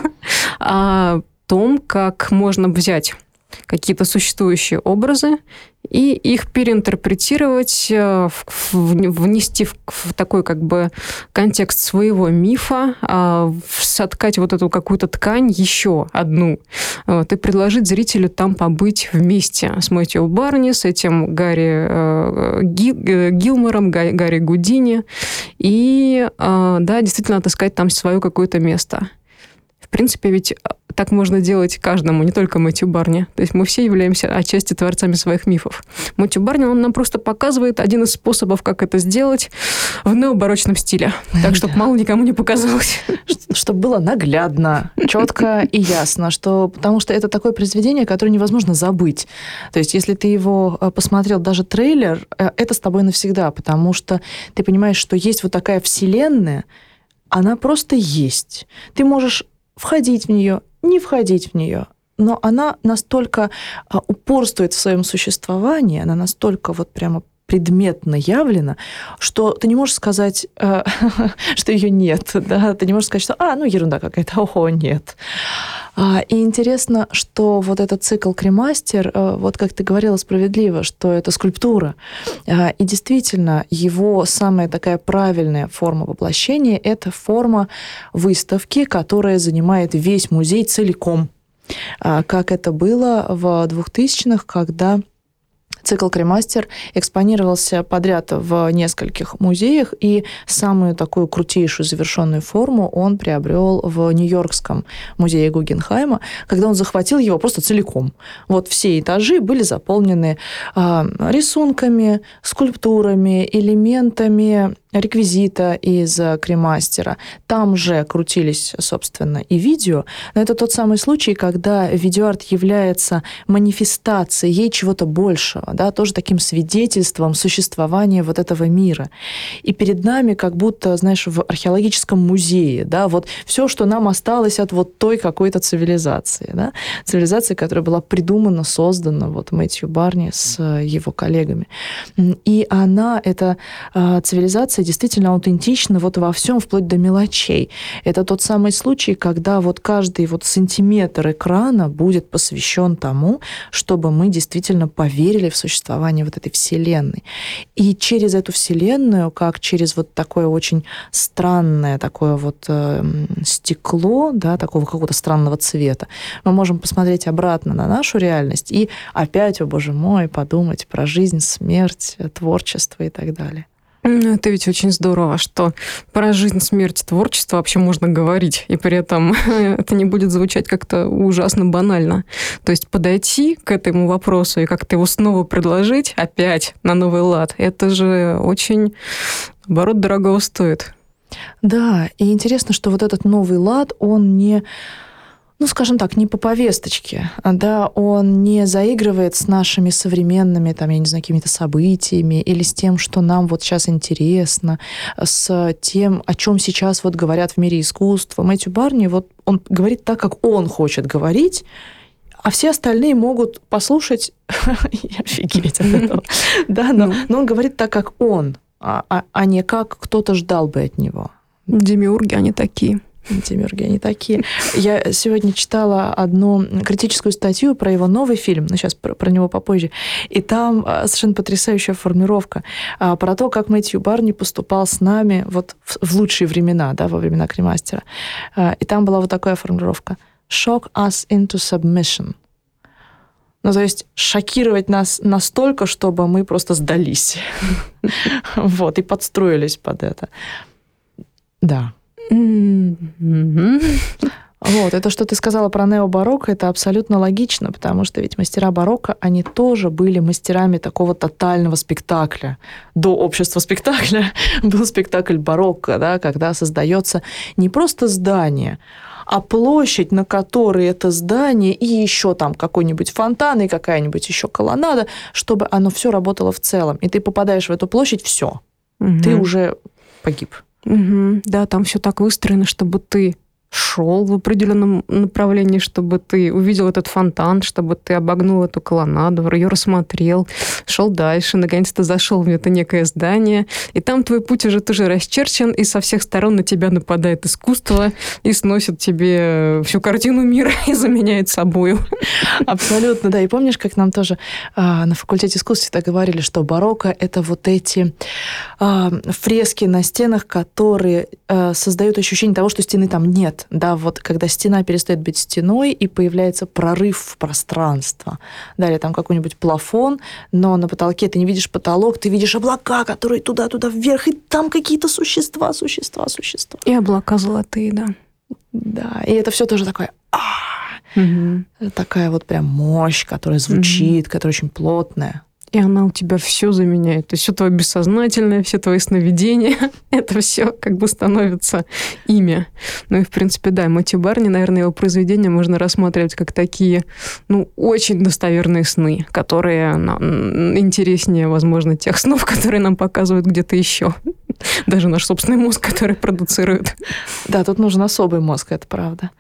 О том, как можно взять какие-то существующие образы и их переинтерпретировать, внести в, в такой как бы контекст своего мифа, соткать вот эту какую-то ткань, еще одну, вот, и предложить зрителю там побыть вместе с Мэтью Барни, с этим Гарри Гилмором, Гарри Гудини, и, да, действительно отыскать там свое какое-то место. В принципе, ведь так можно делать каждому, не только Мэтью Барни. То есть мы все являемся отчасти творцами своих мифов. Мэтью Барни, он нам просто показывает один из способов, как это сделать в необарочном стиле. Так, чтобы мало никому не показалось. Чтобы было наглядно, четко и ясно. Что, потому что это такое произведение, которое невозможно забыть. То есть если ты его посмотрел, даже трейлер, это с тобой навсегда. Потому что ты понимаешь, что есть вот такая вселенная, она просто есть. Ты можешь входить в нее, не входить в нее, но она настолько упорствует в своем существовании, она настолько вот прямо предметно явлена, что ты не можешь сказать, что ее нет, да? Ты не можешь сказать, что «а, ну ерунда какая-то, ого, нет». И интересно, что вот этот цикл «Кремастер», вот как ты говорила справедливо, что это скульптура. И действительно, его самая такая правильная форма воплощения – это форма выставки, которая занимает весь музей целиком. Как это было в двухтысячных, когда цикл «Кремастер» экспонировался подряд в нескольких музеях, и самую такую крутейшую завершенную форму он приобрел в Нью-Йоркском музее Гугенхайма, когда он захватил его просто целиком. Вот все этажи были заполнены а, рисунками, скульптурами, элементами реквизита из «Кремастера». Там же крутились, собственно, и видео. Но это тот самый случай, когда видеоарт является манифестацией чего-то большего, да, тоже таким свидетельством существования вот этого мира. И перед нами как будто, знаешь, в археологическом музее, да, вот все, что нам осталось от вот той какой-то цивилизации, да, цивилизации, которая была придумана, создана вот Мэтью Барни с его коллегами. И она, эта цивилизация, действительно аутентична вот во всем, вплоть до мелочей. Это тот самый случай, когда вот каждый вот сантиметр экрана будет посвящен тому, чтобы мы действительно поверили в существование вот этой вселенной. И через эту вселенную, как через вот такое очень странное такое вот э, стекло, да, такого какого-то странного цвета, мы можем посмотреть обратно на нашу реальность и опять, о боже мой, подумать про жизнь, смерть, творчество и так далее. Это ведь очень здорово, что про жизнь, смерть, творчество вообще можно говорить, и при этом это не будет звучать как-то ужасно банально. То есть подойти к этому вопросу и как-то его снова предложить опять на новый лад, это же очень, наоборот, дорого стоит. Да, и интересно, что вот этот новый лад, он не... ну, скажем так, не по повесточке, да, он не заигрывает с нашими современными, там, я не знаю, какими-то событиями или с тем, что нам вот сейчас интересно, с тем, о чем сейчас вот говорят в мире искусства. Мэтью Барни, вот он говорит так, как он хочет говорить, а все остальные могут послушать и офигеть от этого. Да, но, но он говорит так, как он, а, а не как кто-то ждал бы от него. Демиурги, они такие. Демиурги, они такие. Я сегодня читала одну критическую статью про его новый фильм, но сейчас про, про него попозже, и там совершенно потрясающая формулировка про то, как Мэтью Барни поступал с нами вот в, в лучшие времена, да, во времена Кремастера. И там была вот такая формулировка: «Shock us into submission». Ну, то есть шокировать нас настолько, чтобы мы просто сдались. Вот, и подстроились под это. Да. Вот, это, что ты сказала про необарокко, это абсолютно логично, потому что ведь мастера барокко, они тоже были мастерами такого тотального спектакля. До общества спектакля был спектакль барокко, да, когда создается не просто здание, а площадь, на которой это здание, и еще там какой-нибудь фонтан, и какая-нибудь еще колоннада, чтобы оно все работало в целом. И ты попадаешь в эту площадь, все, угу. Ты уже погиб. Угу. Да, там все так выстроено, чтобы ты шел в определенном направлении, чтобы ты увидел этот фонтан, чтобы ты обогнул эту колоннаду, ее рассмотрел, шел дальше, наконец-то зашел в это некое здание, и там твой путь уже тоже расчерчен, и со всех сторон на тебя нападает искусство и сносит тебе всю картину мира и заменяет собою. Абсолютно, да. И помнишь, как нам тоже а, на факультете искусств всегда говорили, что барокко — это вот эти а, фрески на стенах, которые а, создают ощущение того, что стены там нет. Да, вот когда стена перестает быть стеной, и появляется прорыв в пространство. Далее там какой-нибудь плафон, но на потолке ты не видишь потолок, ты видишь облака, которые туда-туда вверх, и там какие-то существа, существа, существа. И облака золотые, да. Да, и это все тоже такое... Угу. Такая вот прям мощь, которая звучит, угу. которая очень плотная. И она у тебя все заменяет. То есть все твое бессознательное, все твои сновидения, это все как бы становится имя. Ну и, в принципе, да, Мэтью Барни, наверное, его произведения можно рассматривать как такие, ну, очень достоверные сны, которые интереснее, возможно, тех снов, которые нам показывают где-то еще. Даже наш собственный мозг, который продуцирует. Да, тут нужен особый мозг, это правда.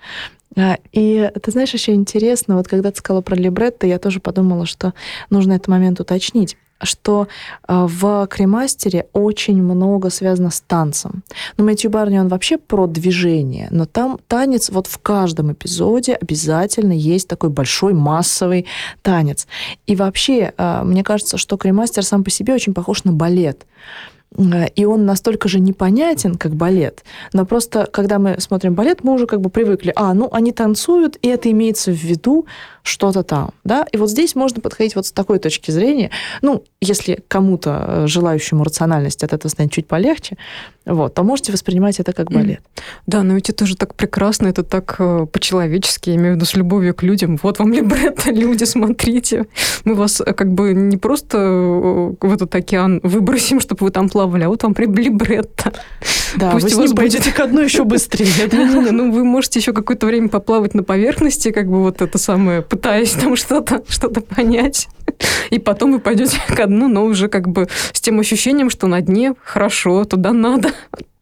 И ты знаешь, еще интересно, вот когда ты сказала про либретто, я тоже подумала, что нужно этот момент уточнить, что в Кремастере очень много связано с танцем. Ну, Мэтью Барни, он вообще про движение, но там танец вот в каждом эпизоде обязательно есть такой большой массовый танец. И вообще, мне кажется, что Кремастер сам по себе очень похож на балет. И он настолько же непонятен, как балет. Но просто, когда мы смотрим балет, мы уже как бы привыкли. А, ну, они танцуют, и это имеется в виду что-то там, да? И вот здесь можно подходить вот с такой точки зрения. Ну, если кому-то, желающему рациональности, от этого станет чуть полегче, вот, то можете воспринимать это как балет. Да, но ведь это же так прекрасно, это так по-человечески, я имею в виду с любовью к людям. Вот вам либретто, люди, смотрите. Мы вас как бы не просто в этот океан выбросим, чтобы вы там плавали, а вот вам прям либретто. Да, пусть вы с ним пойдете ко дну еще быстрее. Не-не-не, ну вы можете еще какое-то время поплавать на поверхности, как бы вот это самое, пытаясь там что-то, что-то понять. И потом вы пойдете ко дну, но уже как бы с тем ощущением, что на дне хорошо, туда надо.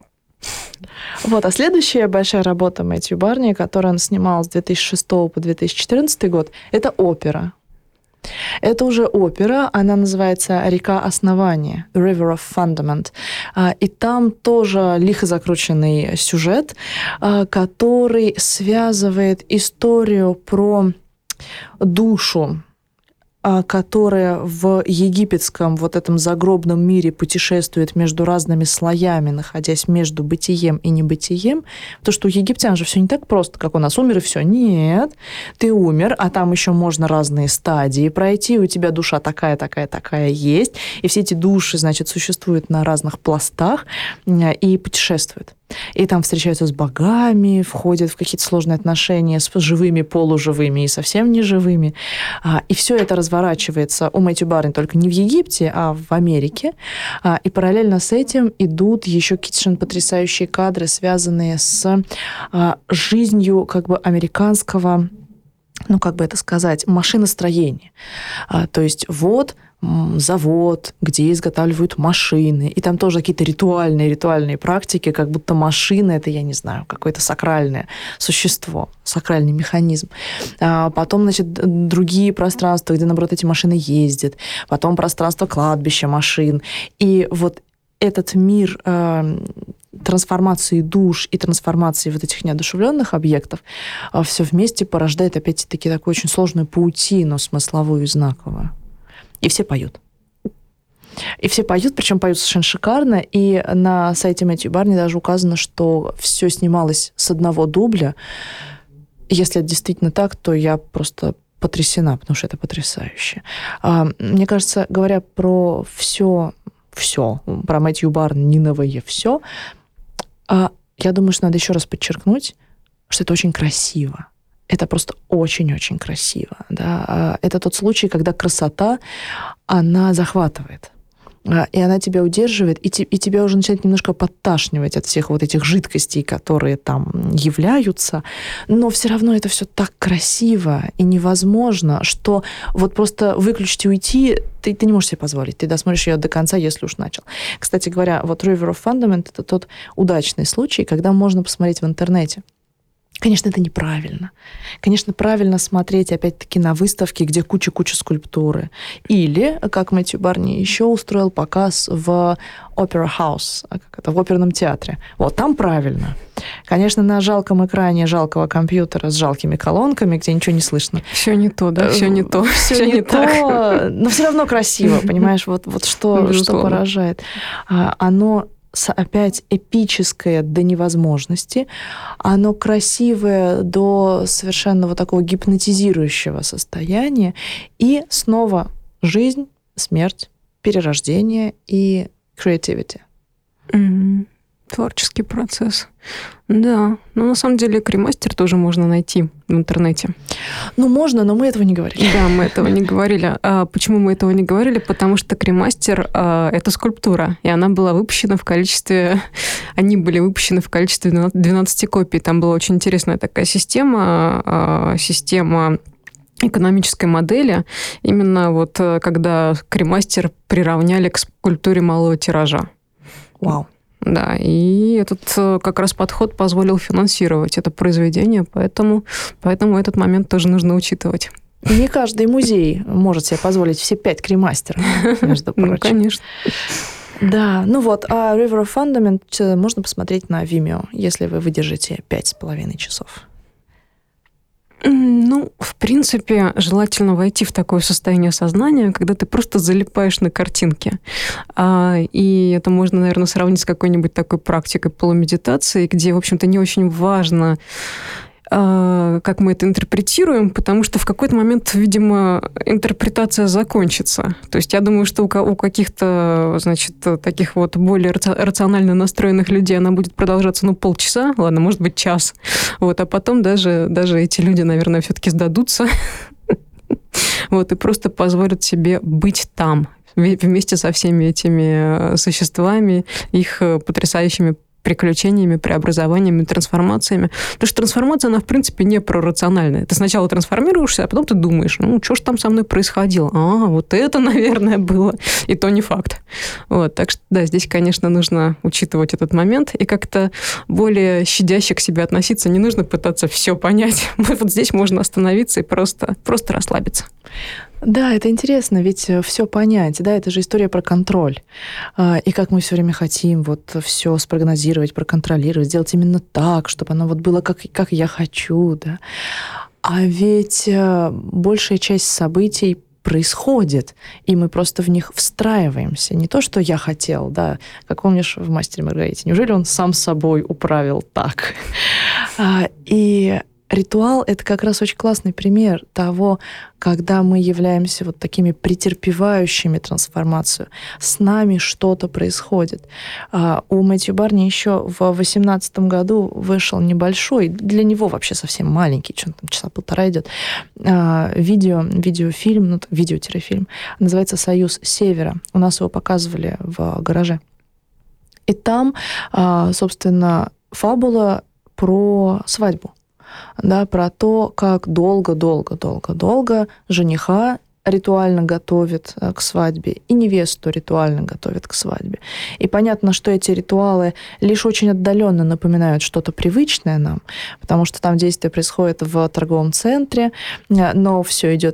Вот, а следующая большая работа Мэтью Барни, которую он снимал с две тысячи шестого по две тысячи четырнадцатый год, это опера. Это уже опера, она называется «Река основания», «River of Fundament». И там тоже лихо закрученный сюжет, который связывает историю про душу, которая в египетском вот этом загробном мире путешествует между разными слоями, находясь между бытием и небытием. Потому что у египтян же все не так просто, как у нас умер и все. Нет, ты умер, а там еще можно разные стадии пройти, у тебя душа такая, такая, такая есть, и все эти души, значит, существуют на разных пластах и путешествуют. И там встречаются с богами, входят в какие-то сложные отношения с живыми, полуживыми и совсем неживыми. И все это разворачивается у Мэтью Барни только не в Египте, а в Америке. И параллельно с этим идут еще какие-то совершенно потрясающие кадры, связанные с жизнью как бы американского, ну, как бы это сказать, машиностроения. То есть вот завод, где изготавливают машины, и там тоже какие-то ритуальные, ритуальные практики, как будто машина — это, я не знаю, какое-то сакральное существо, сакральный механизм. А потом, значит, другие пространства, где, наоборот, эти машины ездят, потом пространство кладбища машин. И вот этот мир э, трансформации душ и трансформации вот этих неодушевленных объектов, все вместе порождает, опять-таки, такую очень сложную паутину смысловую и знаковую. И все поют. И все поют, причем поют совершенно шикарно. И на сайте Мэтью Барни даже указано, что все снималось с одного дубля. Если это действительно так, то я просто потрясена, потому что это потрясающе. Мне кажется, говоря про все, все, про Мэтью Барниновое все, я думаю, что надо еще раз подчеркнуть, что это очень красиво. Это просто очень-очень красиво. Да? Это тот случай, когда красота, она захватывает. И она тебя удерживает, и, те, и тебя уже начинает немножко подташнивать от всех вот этих жидкостей, которые там являются. Но все равно это все так красиво и невозможно, что вот просто выключить и уйти ты, ты не можешь себе позволить. Ты досмотришь ее до конца, если уж начал. Кстати говоря, вот River of Fundament — это тот удачный случай, когда можно посмотреть в интернете. Конечно, это неправильно. Конечно, правильно смотреть, опять-таки, на выставки, где куча-куча скульптуры. Или, как Мэтью Барни еще устроил показ в Opera House, как это, в оперном театре. Вот там правильно. Конечно, на жалком экране жалкого компьютера с жалкими колонками, где ничего не слышно. Все не то, да, все не то. Все не то, но все равно красиво, понимаешь? Вот, вот что, что поражает. Оно опять эпическое до невозможности, оно красивое до совершенно вот такого гипнотизирующего состояния, и снова жизнь, смерть, перерождение и creativity. Mm-hmm. Творческий процесс. Да, но на самом деле кремастер тоже можно найти в интернете. Ну, можно, но мы этого не говорили. Да, мы этого не говорили. А почему мы этого не говорили? Потому что кремастер а, — это скульптура, и она была выпущена в количестве... Они были выпущены в количестве двенадцати копий. Там была очень интересная такая система, а, система экономической модели, именно вот когда кремастер приравняли к скульптуре малого тиража. Вау. Да, и этот как раз подход позволил финансировать это произведение, поэтому, поэтому этот момент тоже нужно учитывать. Не каждый музей может себе позволить все пять кремастеров, между прочим. Ну, конечно. Да, ну вот, а River of Fundament можно посмотреть на Vimeo, если вы выдержите пять с половиной часов. Ну, в принципе, желательно войти в такое состояние сознания, когда ты просто залипаешь на картинке. И это можно, наверное, сравнить с какой-нибудь такой практикой полумедитации, где, в общем-то, не очень важно, как мы это интерпретируем, потому что в какой-то момент, видимо, интерпретация закончится. То есть я думаю, что у каких-то, значит, таких вот более рационально настроенных людей она будет продолжаться, ну, полчаса, ладно, может быть, час. Вот, а потом даже, даже эти люди, наверное, все-таки сдадутся. Вот, и просто позволят себе быть там, вместе со всеми этими существами, их потрясающими приключениями, преобразованиями, трансформациями. Потому что трансформация, она, в принципе, не прорациональная. Ты сначала трансформируешься, а потом ты думаешь, ну, что ж там со мной происходило? А, вот это, наверное, было. И то не факт. Вот, так что, да, здесь, конечно, нужно учитывать этот момент и как-то более щадяще к себе относиться. Не нужно пытаться все понять. Вот здесь можно остановиться и просто, просто расслабиться. Да, это интересно, ведь все понять, да, это же история про контроль. И как мы все время хотим вот все спрогнозировать, проконтролировать, сделать именно так, чтобы оно вот было как, как я хочу, да. А ведь большая часть событий происходит, и мы просто в них встраиваемся. Не то, что я хотел, да, как помнишь в «Мастере и Маргарите». Неужели он сам собой управил так? И ритуал — это как раз очень классный пример того, когда мы являемся вот такими претерпевающими трансформацию. С нами что-то происходит. У Мэтью Барни еще в две тысячи восемнадцатом году вышел небольшой, для него вообще совсем маленький, что там, часа полтора идет, видео, видеофильм, ну, видео-фильм, называется «Союз Севера». У нас его показывали в гараже. И там, собственно, фабула про свадьбу. Да, про то, как долго-долго-долго-долго жениха ритуально готовят к свадьбе и невесту ритуально готовят к свадьбе. И понятно, что эти ритуалы лишь очень отдаленно напоминают что-то привычное нам, потому что там действие происходит в торговом центре, но все идет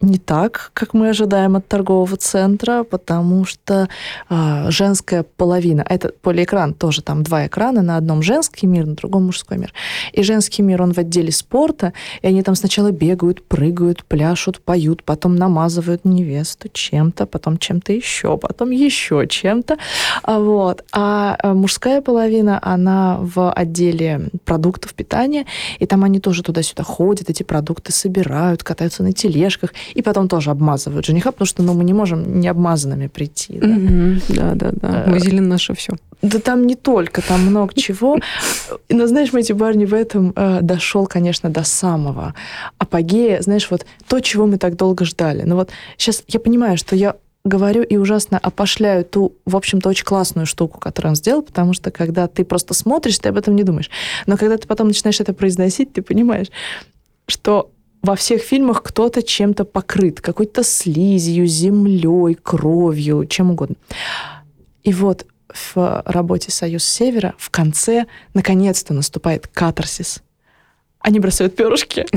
не так, как мы ожидаем от торгового центра, потому что э, женская половина, это полиэкран, тоже там два экрана, на одном женский мир, на другом мужской мир. И женский мир, он в отделе спорта, и они там сначала бегают, прыгают, пляшут, поют, потом намазывают невесту чем-то, потом чем-то еще, потом еще чем-то. Вот. А мужская половина, она в отделе продуктов питания, и там они тоже туда-сюда ходят, эти продукты собирают, катаются на тележках, и потом тоже обмазывают жениха, потому что ну, мы не можем не обмазанными прийти. Да, mm-hmm. да, да, да. Вазелин наше все. Да там не только, там много чего. Но знаешь, Мэтью Барни в этом э, дошел, конечно, до самого апогея. Знаешь, вот то, чего мы так долго ждали. Но вот сейчас я понимаю, что я говорю и ужасно опошляю ту, в общем-то, очень классную штуку, которую он сделал, потому что когда ты просто смотришь, ты об этом не думаешь. Но когда ты потом начинаешь это произносить, ты понимаешь, что во всех фильмах кто-то чем-то покрыт, какой-то слизью, землей, кровью, чем угодно. И вот в работе «Союз Севера» в конце наконец-то наступает катарсис. Они бросают перышки.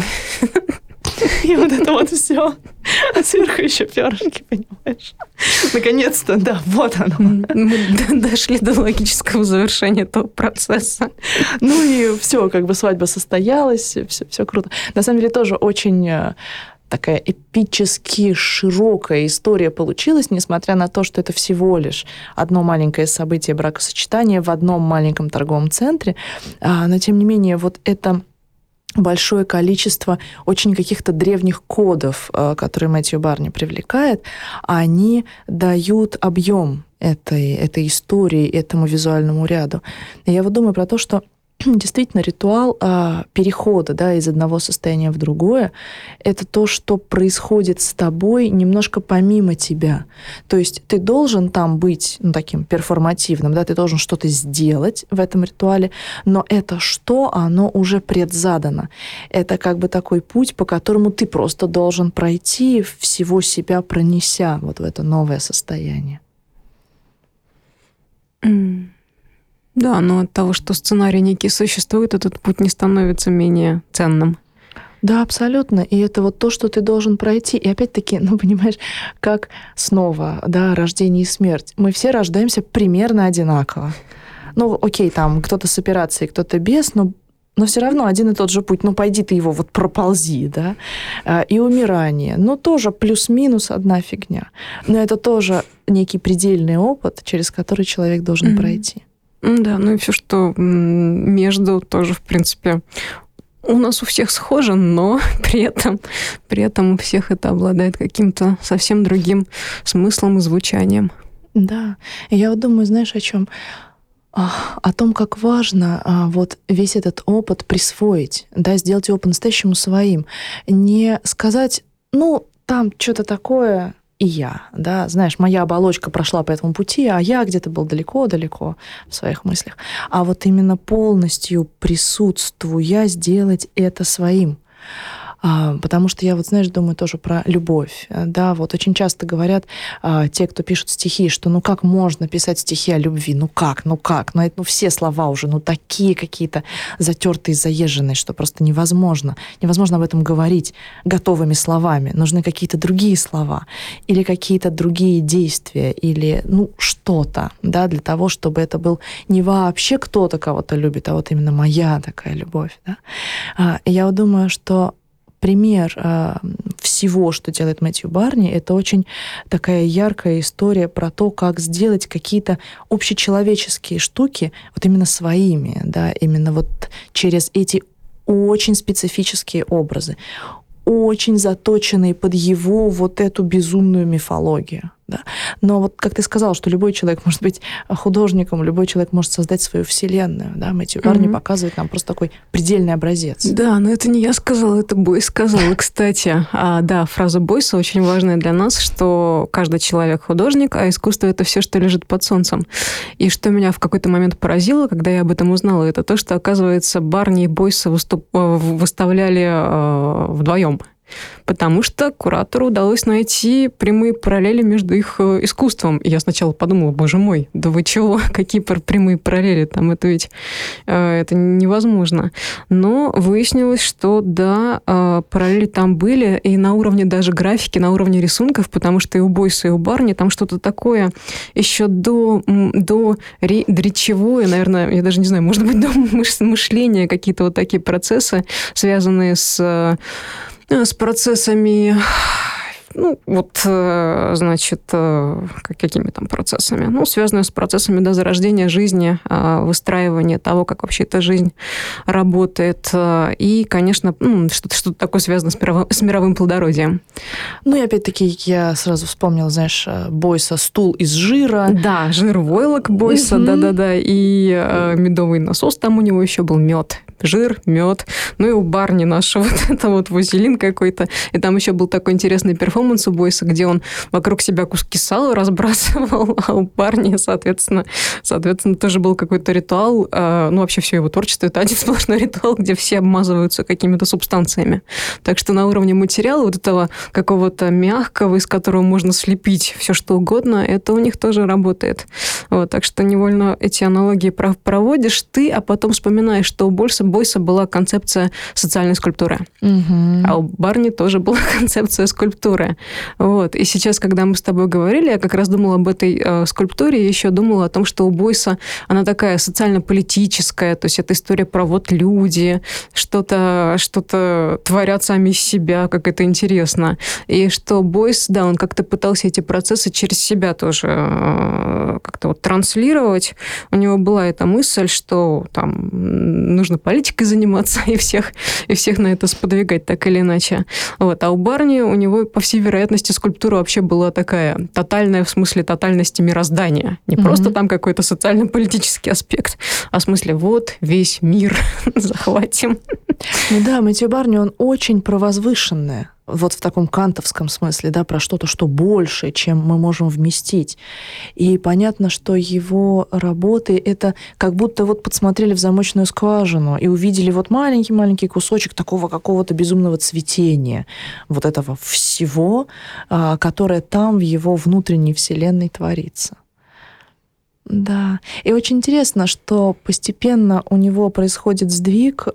И вот это вот все. А сверху еще перышки, понимаешь? Наконец-то, да, вот оно. Мы дошли до логического завершения этого процесса. Ну и все, как бы свадьба состоялась, все, все круто. На самом деле тоже очень такая эпически широкая история получилась, несмотря на то, что это всего лишь одно маленькое событие бракосочетания в одном маленьком торговом центре. Но, тем не менее, вот это большое количество очень каких-то древних кодов, которые Мэтью Барни привлекает, они дают объем этой, этой истории, этому визуальному ряду. И я вот думаю про то, что действительно ритуал а, перехода, да, из одного состояния в другое, это то, что происходит с тобой немножко помимо тебя. То есть ты должен там быть ну, таким перформативным, да, ты должен что-то сделать в этом ритуале, но это что, оно уже предзадано. Это как бы такой путь, по которому ты просто должен пройти, всего себя пронеся вот в это новое состояние. Mm. Да, но от того, что сценарий некий существует, этот путь не становится менее ценным. Да, абсолютно. И это вот то, что ты должен пройти. И опять-таки, ну, понимаешь, как снова, да, рождение и смерть. Мы все рождаемся примерно одинаково. Ну, окей, там кто-то с операцией, кто-то без, но но все равно один и тот же путь. Ну, пойди ты его вот проползи, да. И умирание. Ну, тоже плюс-минус одна фигня. Но это тоже некий предельный опыт, через который человек должен mm-hmm. пройти. Да, ну и все, что между, тоже, в принципе, у нас у всех схоже, но при этом, при этом у всех это обладает каким-то совсем другим смыслом и звучанием. Да, и я вот думаю, знаешь, о чем? О том, как важно вот весь этот опыт присвоить, да, сделать его по-настоящему своим. Не сказать, ну, там что-то такое... и я, да, знаешь, моя оболочка прошла по этому пути, а я где-то был далеко-далеко в своих мыслях. А вот именно полностью присутствуя сделать это своим. Потому что я вот, знаешь, думаю тоже про любовь. Да, вот очень часто говорят а, те, кто пишут стихи, что ну как можно писать стихи о любви? Ну как? Ну как? Ну, это, ну все слова уже, ну такие какие-то затертые, заезженные, что просто невозможно. Невозможно об этом говорить готовыми словами. Нужны какие-то другие слова или какие-то другие действия или ну что-то, да, для того, чтобы это был не вообще кто-то кого-то любит, а вот именно моя такая любовь. Да? А, и я вот думаю, что пример э, всего, что делает Мэтью Барни, это очень такая яркая история про то, как сделать какие-то общечеловеческие штуки вот именно своими, да, именно вот через эти очень специфические образы, очень заточенные под его вот эту безумную мифологию. Да. Но вот как ты сказал, что любой человек может быть художником, любой человек может создать свою вселенную. Да? Мэтью Барни mm-hmm. показывает нам просто такой предельный образец. Да, но это не я сказала, это Бойс сказал. Кстати, а, да, фраза Бойса очень важная для нас, что каждый человек художник, а искусство — это все, что лежит под солнцем. И что меня в какой-то момент поразило, когда я об этом узнала, это то, что, оказывается, Барни и Бойса выступ... выставляли э, вдвоем. Потому что куратору удалось найти прямые параллели между их искусством. И я сначала подумала, боже мой, да вы чего? Какие прямые параллели? Там это ведь э, это невозможно. Но выяснилось, что да, э, параллели там были, и на уровне даже графики, на уровне рисунков, потому что и у Бойса, и у Барни там что-то такое еще до, до речевое, наверное, я даже не знаю, может быть, до мышления, какие-то вот такие процессы, связанные с с процессами, ну, вот, значит, какими там процессами? Ну, связанные с процессами, да, зарождения жизни, выстраивания того, как вообще эта жизнь работает. И, конечно, ну, что-то, что-то такое связано с мировым, с мировым плодородием. Ну, и опять-таки я сразу вспомнила, знаешь, Бойса «Стул из жира». Да, жир войлок Бойса, mm-hmm. да-да-да, и э, медовый насос, там у него еще был мед. Жир, мед. Ну и у Барни нашего вот это вот вазелин какой-то. И там еще был такой интересный перформанс у Бойса, где он вокруг себя куски сала разбрасывал, а у Барни, соответственно, соответственно, тоже был какой-то ритуал. Ну, вообще все его творчество – это один сплошной ритуал, где все обмазываются какими-то субстанциями. Так что на уровне материала вот этого какого-то мягкого, из которого можно слепить все что угодно, это у них тоже работает. Вот, так что невольно эти аналогии проводишь ты, а потом вспоминаешь, что у Бойса Бойса была концепция социальной скульптуры. Угу. А у Барни тоже была концепция скульптуры. Вот. И сейчас, когда мы с тобой говорили, я как раз думала об этой э, скульптуре, и еще думала о том, что у Бойса она такая социально-политическая, то есть это история про вот люди, что-то, что-то творят сами из себя, как это интересно. И что Бойс, да, он как-то пытался эти процессы через себя тоже э, как-то вот транслировать. У него была эта мысль, что там нужно политикой заниматься и всех, и всех на это сподвигать так или иначе. Вот. А у Барни, у него, по всей вероятности, скульптура вообще была такая тотальная, в смысле тотальности мироздания. Не mm-hmm. просто там какой-то социально-политический аспект, а в смысле вот весь мир захватим. Ну да, Мэтью Барни, он очень про возвышенное. Вот в таком кантовском смысле, да, про что-то, что больше, чем мы можем вместить. И понятно, что его работы, это как будто вот подсмотрели в замочную скважину и увидели вот маленький-маленький кусочек такого какого-то безумного цветения, вот этого всего, которое там в его внутренней вселенной творится. Да. И очень интересно, что постепенно у него происходит сдвиг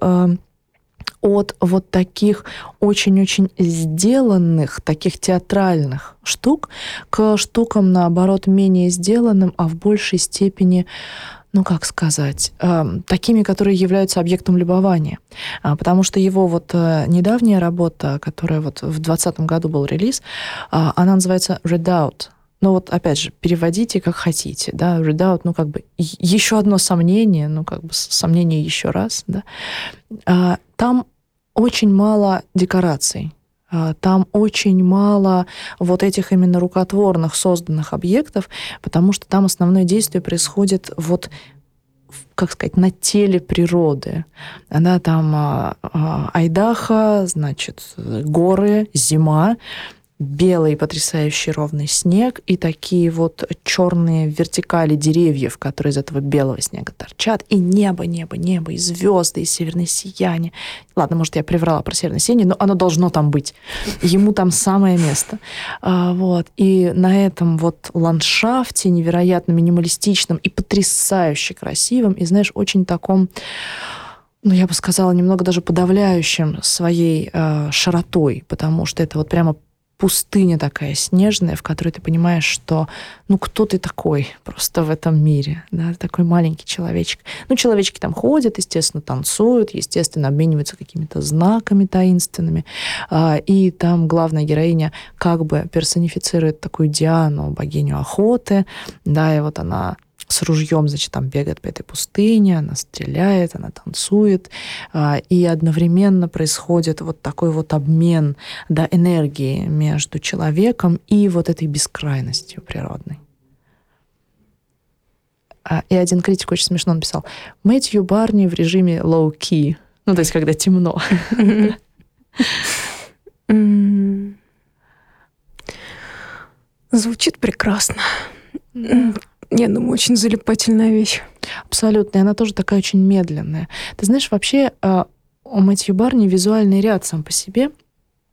от вот таких очень-очень сделанных, таких театральных штук к штукам, наоборот, менее сделанным, а в большей степени, ну, как сказать, э, такими, которые являются объектом любования. А, потому что его вот э, недавняя работа, которая вот в двадцатом году был релиз, э, она называется «Redoubt». Ну вот, опять же, переводите как хотите, да, «Redoubt», ну, как бы еще одно сомнение, ну, как бы сомнение еще раз, да. А, там очень мало декораций, там очень мало вот этих именно рукотворных созданных объектов, потому что там основное действие происходит вот, как сказать, на теле природы. Она там Айдахо, значит, горы, зима, белый потрясающий ровный снег и такие вот черные вертикали деревьев, которые из этого белого снега торчат, и небо, небо, небо, и звезды, и северное сияние. Ладно, может, я приврала про северное сияние, но оно должно там быть. Ему там самое место. А, вот. И на этом вот ландшафте невероятно минималистичном и потрясающе красивом, и, знаешь, очень таком, ну, я бы сказала, немного даже подавляющим своей э, широтой, потому что это вот прямо пустыня такая снежная, в которой ты понимаешь, что ну кто ты такой просто в этом мире, да, такой маленький человечек. Ну, человечки там ходят, естественно, танцуют, естественно, обмениваются какими-то знаками таинственными, и там главная героиня как бы персонифицирует такую Диану, богиню охоты, да, и вот она с ружьем, значит, там бегает по этой пустыне, она стреляет, она танцует, и одновременно происходит вот такой вот обмен, да, энергии между человеком и вот этой бескрайностью природной. И один критик очень смешно написал: Мэтью Барни в режиме low-key, ну, то есть когда темно. Звучит прекрасно. Я думаю, очень залипательная вещь. Абсолютно. И она тоже такая очень медленная. Ты знаешь, вообще у Мэтью Барни визуальный ряд сам по себе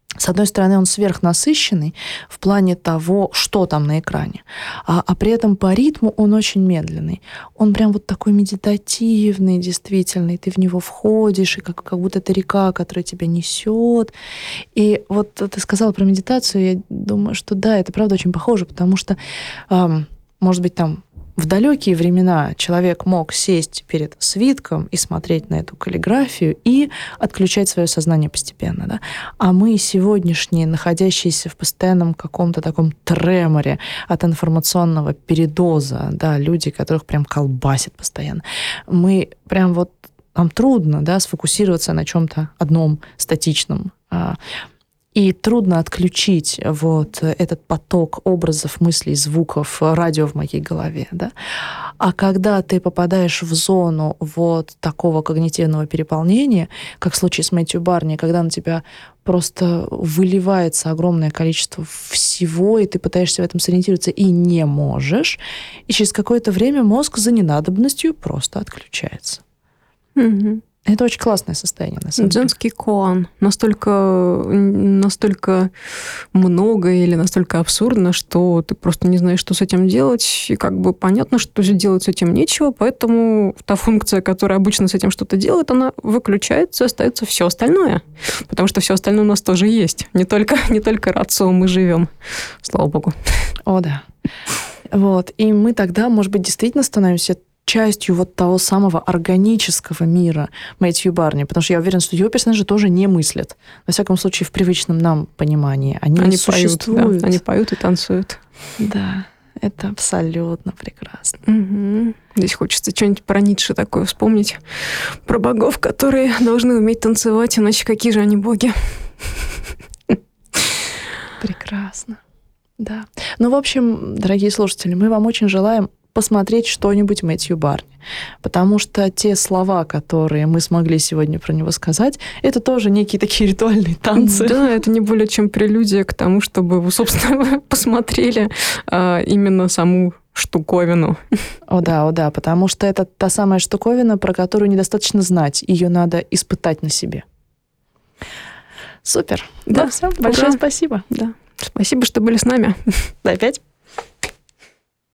С одной стороны, он сверхнасыщенный в плане того, что там на экране, а, а при этом по ритму он очень медленный. Он прям вот такой медитативный, действительно, и ты в него входишь, и как, как будто это река, которая тебя несет. И вот ты сказала про медитацию, я думаю, что да, это правда очень похоже, потому что, эм, может быть, там в далекие времена человек мог сесть перед свитком и смотреть на эту каллиграфию и отключать свое сознание постепенно. Да? А мы сегодняшние, находящиеся в постоянном каком-то таком треморе от информационного передоза, да, люди, которых прям колбасит постоянно, мы прям вот, нам трудно, да, сфокусироваться на чем-то одном статичном. И трудно отключить вот этот поток образов, мыслей, звуков, радио в моей голове. Да? А когда ты попадаешь в зону вот такого когнитивного переполнения, как в случае с Мэтью Барни, когда на тебя просто выливается огромное количество всего, и ты пытаешься в этом сориентироваться и не можешь, и через какое-то время мозг за ненадобностью просто отключается. Угу. Это очень классное состояние, на самом деле. Дзенский коан. Настолько, настолько много или настолько абсурдно, что ты просто не знаешь, что с этим делать. И как бы понятно, что делать с этим нечего, поэтому та функция, которая обычно с этим что-то делает, она выключается, остается все остальное. Потому что все остальное у нас тоже есть. Не только, не только рацио мы живем. Слава богу. О, да. Вот. И мы тогда, может быть, действительно становимся частью вот того самого органического мира Мэтью Барни, потому что я уверена, что его персонажи тоже не мыслят. Во всяком случае, в привычном нам понимании. Они, они существуют. Поют, да. Они поют и танцуют. Да, это абсолютно прекрасно. Угу. Здесь хочется что-нибудь про Ницше такое вспомнить. Про богов, которые должны уметь танцевать, иначе какие же они боги? Прекрасно. Да. Ну, в общем, дорогие слушатели, мы вам очень желаем посмотреть что-нибудь Мэтью Барни. Потому что те слова, которые мы смогли сегодня про него сказать, это тоже некие такие ритуальные танцы. Да, это не более чем прелюдия к тому, чтобы вы, собственно, посмотрели а, именно саму штуковину. О да, о да, потому что это та самая штуковина, про которую недостаточно знать. Ее надо испытать на себе. Супер. Да, да все. Большое ура. Спасибо. Да. Спасибо, что были с нами. Опять.